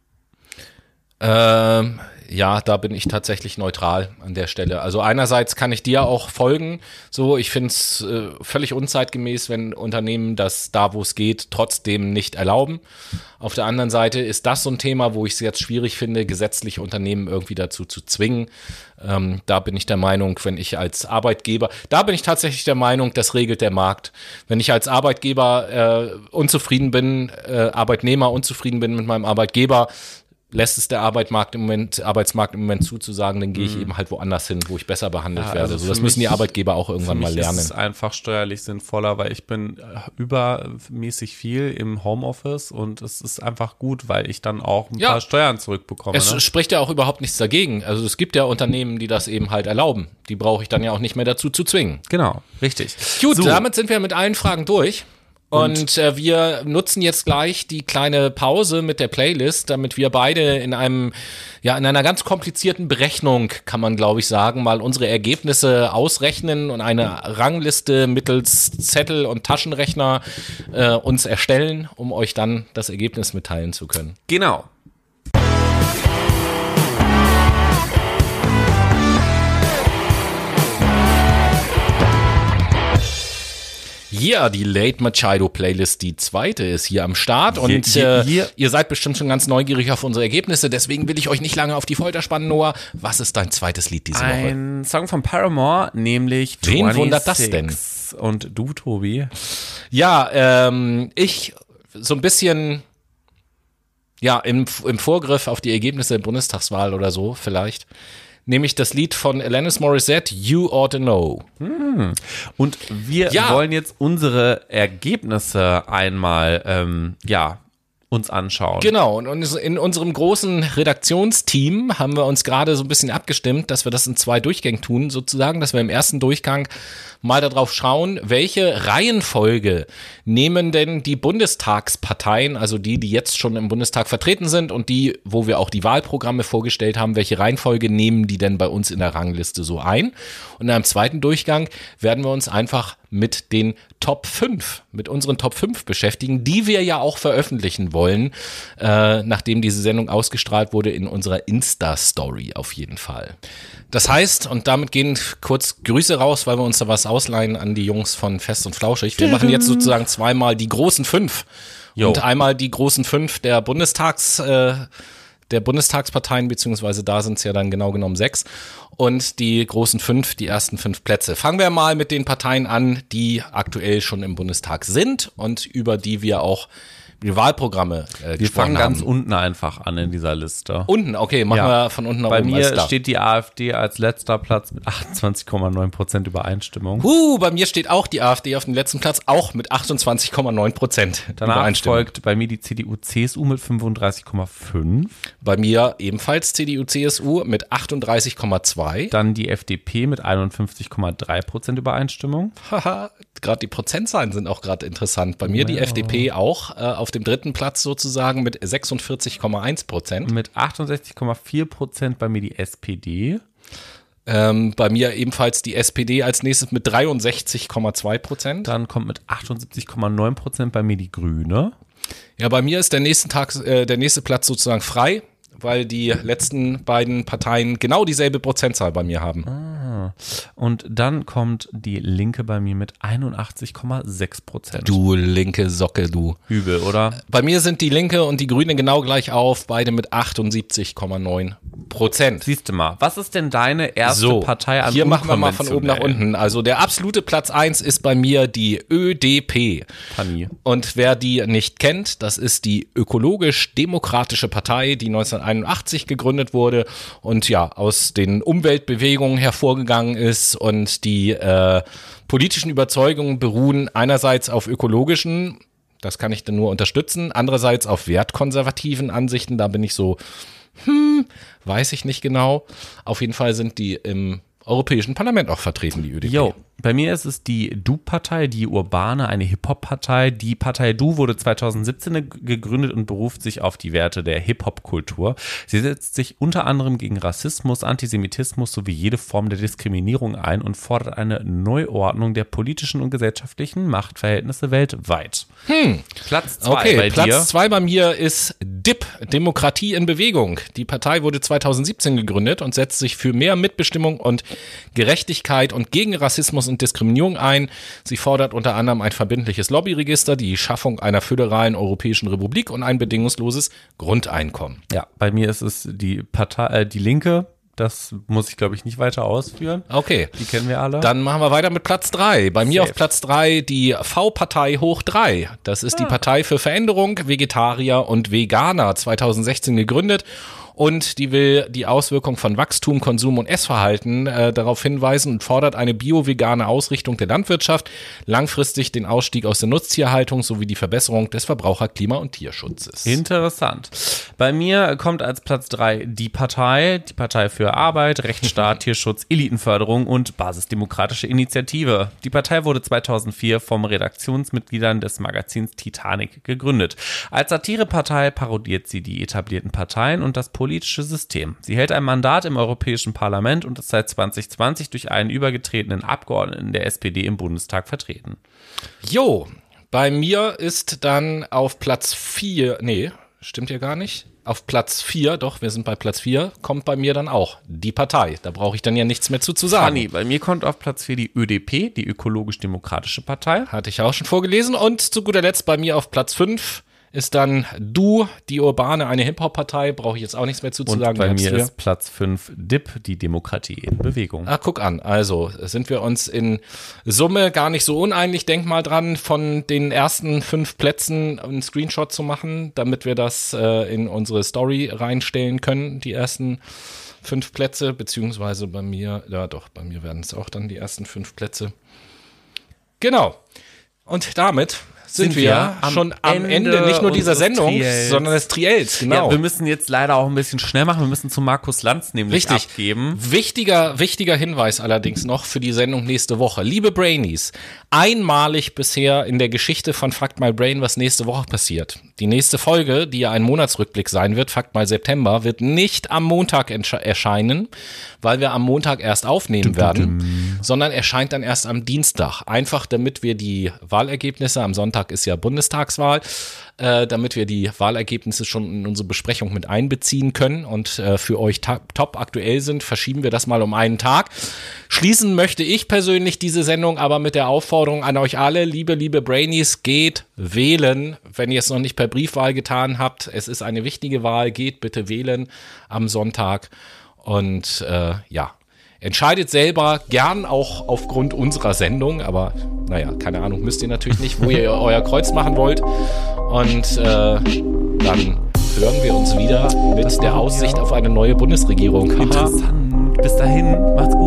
Ähm, ja, da bin ich tatsächlich neutral an der Stelle. Also einerseits kann ich dir auch folgen. So, ich finde es äh, völlig unzeitgemäß, wenn Unternehmen das da, wo es geht, trotzdem nicht erlauben. Auf der anderen Seite ist das so ein Thema, wo ich es jetzt schwierig finde, gesetzliche Unternehmen irgendwie dazu zu zwingen. Ähm, da bin ich der Meinung, wenn ich als Arbeitgeber, da bin ich tatsächlich der Meinung, das regelt der Markt. Wenn ich als Arbeitgeber äh, unzufrieden bin, äh, Arbeitnehmer unzufrieden bin mit meinem Arbeitgeber, lässt es der Arbeitsmarkt im Moment, Arbeitsmarkt im Moment zu, zu sagen, dann gehe ich eben halt woanders hin, wo ich besser behandelt Ja, werde. also So, das für müssen die mich- Arbeitgeber auch irgendwann Für mal mich lernen. ist es einfach steuerlich sinnvoller, weil ich bin äh, übermäßig viel im Homeoffice und es ist einfach gut, weil ich dann auch ein Ja. paar Steuern zurückbekomme. Es Ne? spricht ja auch überhaupt nichts dagegen. Also es gibt ja Unternehmen, die das eben halt erlauben. Die brauche ich dann ja auch nicht mehr dazu zu zwingen. Genau, richtig. Gut, so, damit sind wir mit allen Fragen durch. Und, äh, wir nutzen jetzt gleich die kleine Pause mit der Playlist, damit wir beide in einem, ja, in einer ganz komplizierten Berechnung, kann man glaube ich sagen, mal unsere Ergebnisse ausrechnen und eine Rangliste mittels Zettel und Taschenrechner äh, uns erstellen, um euch dann das Ergebnis mitteilen zu können. genau. Ja, die Late Machado Playlist, die zweite, ist hier am Start und Hier- äh, hier- ihr seid bestimmt schon ganz neugierig auf unsere Ergebnisse, deswegen will ich euch nicht lange auf die Folter spannen, Noah. Was ist dein zweites Lied diese Woche? Ein Song von Paramore, nämlich Wen wundert das denn? sechsundzwanzig. Und du, Tobi? Ja, ähm, ich so ein bisschen, ja, im, im Vorgriff auf die Ergebnisse der Bundestagswahl oder so vielleicht, nehme ich das Lied von Alanis Morissette, You Ought to Know. Und wir Ja. wollen jetzt unsere Ergebnisse einmal, ähm, ja, uns anschauen. Genau, und uns- in unserem großen Redaktionsteam haben wir uns gerade so ein bisschen abgestimmt, dass wir das in zwei Durchgängen tun, sozusagen, dass wir im ersten Durchgang mal darauf schauen, welche Reihenfolge nehmen denn die Bundestagsparteien, also die, die jetzt schon im Bundestag vertreten sind und die, wo wir auch die Wahlprogramme vorgestellt haben, welche Reihenfolge nehmen die denn bei uns in der Rangliste so ein? Und in einem zweiten Durchgang werden wir uns einfach mit den Top fünf, mit unseren Top fünf beschäftigen, die wir ja auch veröffentlichen wollen, äh, nachdem diese Sendung ausgestrahlt wurde in unserer Insta-Story auf jeden Fall. Das heißt, und damit gehen kurz Grüße raus, weil wir uns da was ausleihen an die Jungs von Fest und Flauschig. Wir machen jetzt sozusagen zweimal die großen fünf Jo. und einmal die großen fünf der Bundestags, äh, der Bundestagsparteien, beziehungsweise da sind es ja dann genau genommen sechs. Und die großen fünf, die ersten fünf Plätze. Fangen wir mal mit den Parteien an, die aktuell schon im Bundestag sind und über die wir auch die Wahlprogramme äh, Wir gesprochen fangen ganz haben. unten einfach an in dieser Liste. Unten, okay, machen Ja. wir von unten nach Bei oben. alles mir klar. steht die AfD als letzter Platz mit achtundzwanzig Komma neun Prozent Übereinstimmung. Uh, bei mir steht auch die AfD auf dem letzten Platz, auch mit achtundzwanzig Komma neun Prozent. Danach folgt bei mir die C D U C S U mit fünfunddreißig Komma fünf. Bei mir ebenfalls C D U C S U mit achtunddreißig Komma zwei. Dann die F D P mit einundfünfzig Komma drei Prozent Übereinstimmung. Haha, gerade die Prozentzahlen sind auch gerade interessant. Bei mir die F D P auch äh, auf dem dritten Platz sozusagen mit sechsundvierzig Komma eins Prozent. Mit achtundsechzig Komma vier Prozent bei mir die S P D. Ähm, bei mir ebenfalls die S P D als nächstes mit dreiundsechzig Komma zwei Prozent. Dann kommt mit achtundsiebzig Komma neun Prozent bei mir die Grüne. Ja, bei mir ist der nächste Tag, äh, der nächste Platz sozusagen frei, weil die letzten beiden Parteien genau dieselbe Prozentzahl bei mir haben. Und dann kommt die Linke bei mir mit einundachtzig Komma sechs Prozent. Du linke Socke, du. Übel, oder? Bei mir sind die Linke und die Grüne genau gleich auf, beide mit achtundsiebzig Komma neun Prozent. Siehst du mal, was ist denn deine erste So, Partei an hier machen wir mal von oben nach unkonventionellen? unten. Also der absolute Platz eins ist bei mir die Ö D P. Pani. Und wer die nicht kennt, das ist die ökologisch-demokratische Partei, die neunzehnhunderteinundachtzig gegründet wurde und ja, aus den Umweltbewegungen hervorgegangen ist und die äh, politischen Überzeugungen beruhen einerseits auf ökologischen, das kann ich dann nur unterstützen, andererseits auf wertkonservativen Ansichten, da bin ich so, hm, weiß ich nicht genau. Auf jeden Fall sind die im Europäischen Parlament auch vertreten, die Ö D P. Jo, bei mir ist es die D U-Partei, die Urbane, eine Hip-Hop-Partei. Die Partei D U wurde zweitausendsiebzehn gegründet und beruft sich auf die Werte der Hip-Hop-Kultur. Sie setzt sich unter anderem gegen Rassismus, Antisemitismus sowie jede Form der Diskriminierung ein und fordert eine Neuordnung der politischen und gesellschaftlichen Machtverhältnisse weltweit. Hm. Platz zwei okay, bei Platz dir. zwei bei mir ist D I P, Demokratie in Bewegung. Die Partei wurde zweitausendsiebzehn gegründet und setzt sich für mehr Mitbestimmung und Gerechtigkeit und gegen Rassismus und Diskriminierung ein. Sie fordert unter anderem ein verbindliches Lobbyregister, die Schaffung einer föderalen Europäischen Republik und ein bedingungsloses Grundeinkommen. Ja, bei mir ist es die Partei, äh, die Linke. Das muss ich, glaube ich, nicht weiter ausführen. Okay. Die kennen wir alle. Dann machen wir weiter mit Platz drei. Bei mir Safe. auf Platz drei die V-Partei hoch drei. Das ist die Partei für Veränderung, Vegetarier und Veganer, zweitausendsechzehn gegründet. Und die will die Auswirkung von Wachstum, Konsum und Essverhalten äh, darauf hinweisen und fordert eine bio-vegane Ausrichtung der Landwirtschaft, langfristig den Ausstieg aus der Nutztierhaltung sowie die Verbesserung des Verbraucher-, Klima- und Tierschutzes. Interessant. Bei mir kommt als Platz drei die Partei, die Partei für Arbeit, Rechtsstaat, Tierschutz, Elitenförderung und Basisdemokratische Initiative. Die Partei wurde zweitausendvier vom Redaktionsmitgliedern des Magazins Titanic gegründet. Als Satirepartei parodiert sie die etablierten Parteien und das politische System. Sie hält ein Mandat im Europäischen Parlament und ist seit zwanzig zwanzig durch einen übergetretenen Abgeordneten der S P D im Bundestag vertreten. Jo, bei mir ist dann auf Platz vier, nee, stimmt ja gar nicht. Auf Platz vier, doch, wir sind bei Platz vier, kommt bei mir dann auch die Partei. Da brauche ich dann ja nichts mehr zu, zu sagen. Funny, bei mir kommt auf Platz vier die Ö D P, die Ökologisch-Demokratische Partei. Hatte ich auch schon vorgelesen. Und zu guter Letzt bei mir auf Platz fünf ist dann D U, die Urbane, eine Hip-Hop-Partei. Brauche ich jetzt auch nichts mehr zu, zu Und sagen. bei Wir mir haben's ist Platz fünf D I P, die Demokratie in Bewegung. Ah, guck an. Also sind wir uns in Summe gar nicht so uneinig. Denk mal dran, von den ersten fünf Plätzen einen Screenshot zu machen, damit wir das äh, in unsere Story reinstellen können, die ersten fünf Plätze, beziehungsweise bei mir, ja doch, bei mir werden es auch dann die ersten fünf Plätze. Genau. Und damit sind, sind wir, wir am schon am Ende, Ende nicht nur dieser Sendung, Triels. sondern des Triels, genau. Ja, wir müssen jetzt leider auch ein bisschen schnell machen. Wir müssen zu Markus Lanz nämlich Richtig. abgeben. Wichtiger, wichtiger Hinweis allerdings noch für die Sendung nächste Woche. Liebe Brainies, einmalig bisher in der Geschichte von Fakt My Brain, was nächste Woche passiert. Die nächste Folge, die ja ein Monatsrückblick sein wird, Fakt My September, wird nicht am Montag erscheinen, weil wir am Montag erst aufnehmen werden, sondern erscheint dann erst am Dienstag. Einfach damit wir die Wahlergebnisse, am Sonntag ist ja Bundestagswahl, äh, damit wir die Wahlergebnisse schon in unsere Besprechung mit einbeziehen können und äh, für euch ta- top aktuell sind, verschieben wir das mal um einen Tag. Schließen möchte ich persönlich diese Sendung aber mit der Aufforderung an euch alle, liebe, liebe Brainies, geht wählen, wenn ihr es noch nicht per Briefwahl getan habt. Es ist eine wichtige Wahl, geht bitte wählen am Sonntag und äh, ja, entscheidet selber, gern auch aufgrund unserer Sendung, aber naja, keine Ahnung, müsst ihr natürlich nicht, wo ihr euer Kreuz machen wollt. Und äh, dann hören wir uns wieder mit der Aussicht auf eine neue Bundesregierung. Interessant. Bis dahin, macht's gut.